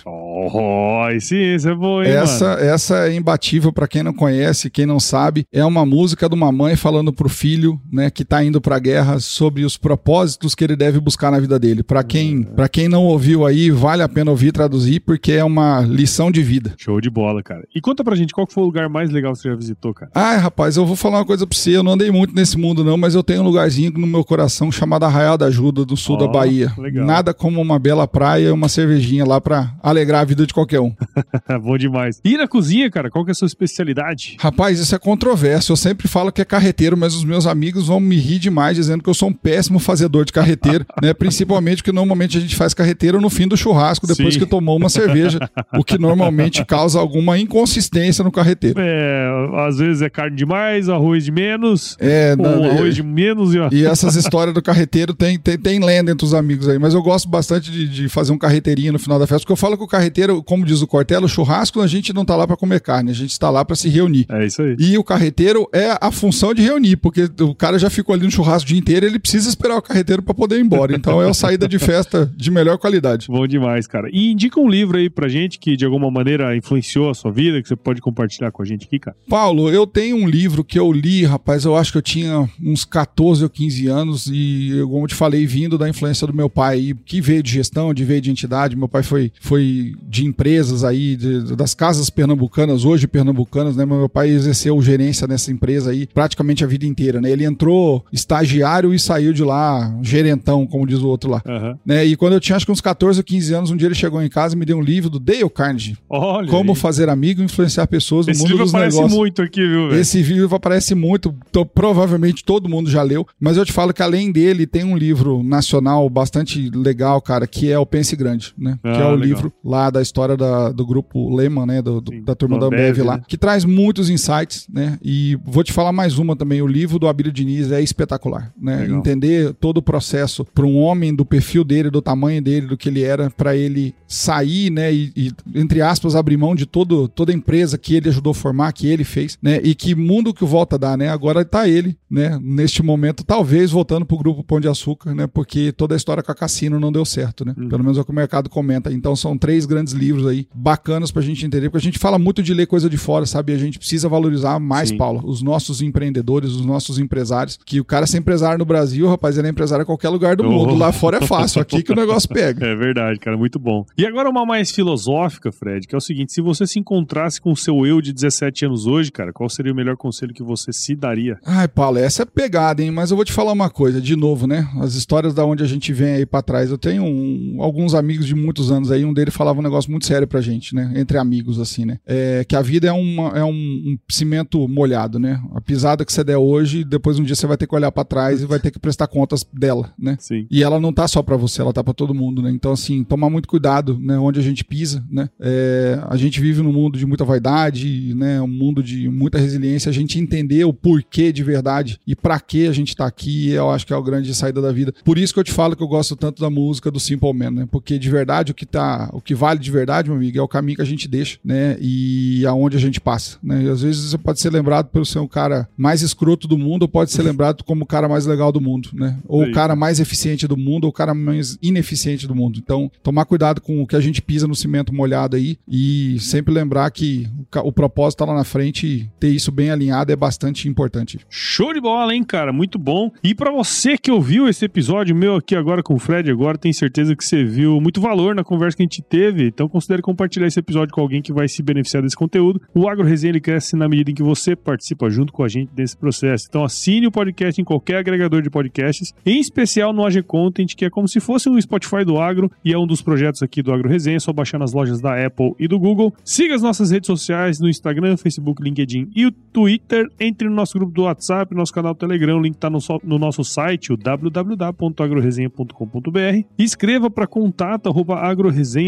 Oh, esse, esse é bom, hein, essa, mano? essa é imbatível pra quem não conhece, quem não sabe. É uma música de uma mãe falando pro filho, né, que tá indo pra guerra, sobre os propósitos que ele deve buscar na vida dele. Pra quem, é. pra quem não ouviu aí, vale a pena ouvir e traduzir, porque é uma lição de vida. Show de bola, cara. E conta pra gente, qual foi o lugar mais legal que você já visitou, cara? Ai, rapaz, eu vou falar uma coisa pra você. Eu não andei muito nesse mundo, não, mas eu tenho um lugarzinho no meu coração chamado Arraial da Ajuda, do sul oh, da Bahia. Legal. Nada como uma bela praia e uma cervejinha lá pra alegrar a vida de qualquer um. Bom demais. E na cozinha, cara, qual que é a sua especialidade? Rapaz, isso é controverso. Eu sempre falo que é carreteiro, mas os meus amigos vão me rir demais dizendo que eu sou um péssimo fazedor de carreteiro, né? Principalmente porque normalmente a gente faz carreteiro no fim do churrasco, depois Sim. que tomou uma cerveja, o que normalmente causa alguma inconsistência no carreteiro. É, às vezes é carne demais, arroz de menos, é, ou não, arroz é, de menos. E, e essas histórias do carreteiro tem, tem, tem lenda entre os amigos aí, mas eu gosto bastante de, de fazer um carreteirinho no final da festa, porque eu falo que o carreteiro, como diz o Cortella, o churrasco a gente não tá lá pra comer carne, a gente está lá pra se reunir. É isso aí. E o carreteiro é a função de reunir, porque o cara já ficou ali no churrasco o dia inteiro, ele precisa esperar o carreteiro pra poder ir embora. Então é a saída de festa de melhor qualidade. Bom demais, cara. E indica um livro aí pra gente que de alguma maneira influenciou a sua vida, que você pode compartilhar com a gente aqui, cara. Paulo, eu tenho um livro que eu li, rapaz, eu acho que eu tinha uns catorze ou quinze anos e, como eu te falei, vindo da influência do meu pai, que veio de gestão, de veio de entidade. Meu pai foi, foi de empresas aí, de, das casas pernambucanas, hoje pernambucanas, né? Meu pai exerceu gerência nessa empresa aí praticamente a vida inteira, né? Ele entrou estagiário e saiu de lá gerentão, como diz o outro lá. Uhum. Né? E quando eu tinha acho que uns catorze ou quinze anos, um dia ele chegou em casa e me deu um livro do Dale Carnegie. Olha Como aí. Fazer amigo e influenciar pessoas no Esse mundo dos negócios. Esse livro aparece muito aqui, viu, velho? Esse livro aparece muito, tô, provavelmente todo mundo já leu, mas eu te falo que além dele tem um livro nacional bastante legal, cara, que é o Pense Grande, né? Ah, que é o legal. livro lá da história da, do grupo Lehman, né? Do, do, da turma da Ambev lá, né? Que traz muitos insights, né? E vou te falar mais uma também, o livro do Abílio Diniz é espetacular, né? Legal. Entender todo o processo para um homem do perfil dele, do tamanho dele, do que ele era, para ele sair, né? E, e, entre aspas, abrir mão de todo, toda a empresa que ele ajudou a formar, que ele fez, né? E que mundo que volta a dar, né? Agora tá ele, né? Neste momento, talvez voltando pro grupo Pão de Açúcar, né? Porque toda a história com a Cassino não deu certo, né? Uhum. Pelo menos é o que o mercado comenta. Então são três grandes livros aí, bacanas pra gente entender, porque a gente fala muito de ler coisa de fora, sabe? E a gente precisa valorizar mais, Sim. Paulo, os nossos empreendedores, os nossos empresários, que o cara ser empresário no Brasil, rapaz, ele é empresário em qualquer lugar do oh. mundo. Lá fora é fácil, aqui que o negócio pega. É verdade, cara, muito bom. E agora uma mais filosófica, Fred, que é o seguinte, se você se encontrasse com o seu eu de dezessete anos hoje, cara, qual seria o melhor conselho que você se daria? Ai, Paulo, essa é pegada, hein? Mas eu vou te falar uma coisa, de novo, né? As histórias da onde a gente vem aí pra trás. Eu tenho um, alguns amigos de muitos anos aí, um deles falava um negócio muito sério pra gente, né? Entre amigos, assim, né? É, que a vida é, uma, é um, um cimento molhado, né? A pisada que você der hoje, depois um dia você vai ter que olhar pra trás e vai ter que prestar contas dela, né? Sim. E ela não tá só pra você, ela tá pra todo mundo, né? Então, assim, tomar muito cuidado, né? Onde a gente pisa, né? É, a gente vive num mundo de muita vaidade, né? Um mundo de muita resiliência. A gente entender o porquê de verdade e pra que a gente tá aqui, eu acho que é a grande saída da vida. Por isso que eu te falo que eu gosto tanto da música do Simple Man, né? Porque de verdade, o que tá, o que vale de verdade, meu amigo, é o caminho que a gente deixa, né? E aonde a gente passa, né? E às vezes você pode ser lembrado pelo ser o cara mais escroto do mundo, ou pode ser lembrado como o cara mais legal do mundo, né? Ou o cara mais eficiente do mundo, ou o cara mais ineficiente do mundo. Então, tomar cuidado com o que a gente pisa no cimento molhado aí e sempre lembrar que o, o propósito tá lá na frente e ter isso bem alinhado é bastante importante. Show de bola, hein, cara? Muito bom. E pra você que ouviu esse episódio meu aqui agora com o Fred, agora tenho certeza que você viu muito valor na conversa que a gente teve, então considere compartilhar esse episódio com alguém que vai se beneficiar desse conteúdo. O Agro Resenha, ele cresce na medida em que você participa junto com a gente desse processo. Então assine o podcast em qualquer agregador de podcasts, em especial no A G Content, que é como se fosse um Spotify do Agro e é um dos projetos aqui do Agro Resenha, é só baixar nas lojas da Apple e do Google. Siga as nossas redes sociais no Instagram, Facebook, LinkedIn e o Twitter. Entre no nosso grupo do WhatsApp, nosso canal do Telegram, o link está no, so- no nosso site, o w w w ponto agroresenha ponto com ponto b r. Escreva para contato arroba agroresenha ponto com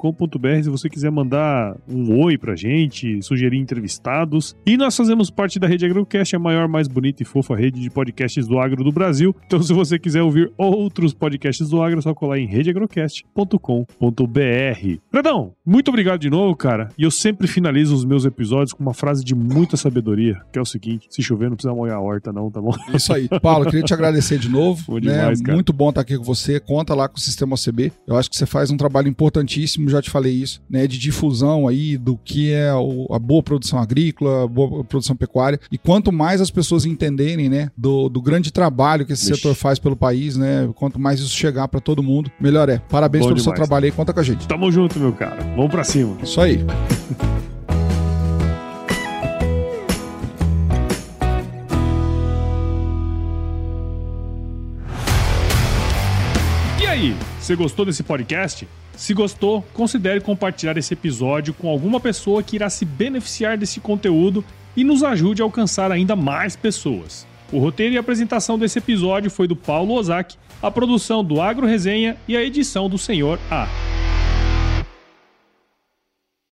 com ponto b r se você quiser mandar um oi pra gente, sugerir entrevistados. E nós fazemos parte da Rede Agrocast, a maior, mais bonita e fofa rede de podcasts do agro do Brasil. Então, se você quiser ouvir outros podcasts do agro, é só colar em rede agrocast ponto com ponto b r. Fredão, muito obrigado de novo, cara. E eu sempre finalizo os meus episódios com uma frase de muita sabedoria, que é o seguinte: se chover, não precisa molhar a horta, não, tá bom? Isso aí. Paulo, queria te agradecer de novo. Bom demais, né? cara. Muito bom estar aqui com você. Conta lá com o Sistema O C B. Eu acho que você faz um trabalho importantíssimo, já te falei isso, né? De difusão aí do que é o, a boa produção agrícola, a boa produção pecuária. E quanto mais as pessoas entenderem, né, do, do grande trabalho que esse Vixe. setor faz pelo país, né? Quanto mais isso chegar para todo mundo, melhor é. Parabéns Bom pelo demais. seu trabalho aí. Conta com a gente. Tamo junto, meu cara. Vamos pra cima. Isso aí. E aí, você gostou desse podcast? Se gostou, considere compartilhar esse episódio com alguma pessoa que irá se beneficiar desse conteúdo e nos ajude a alcançar ainda mais pessoas. O roteiro e a apresentação desse episódio foi do Paulo Ozaki, a produção do Agro Resenha e a edição do Senhor A.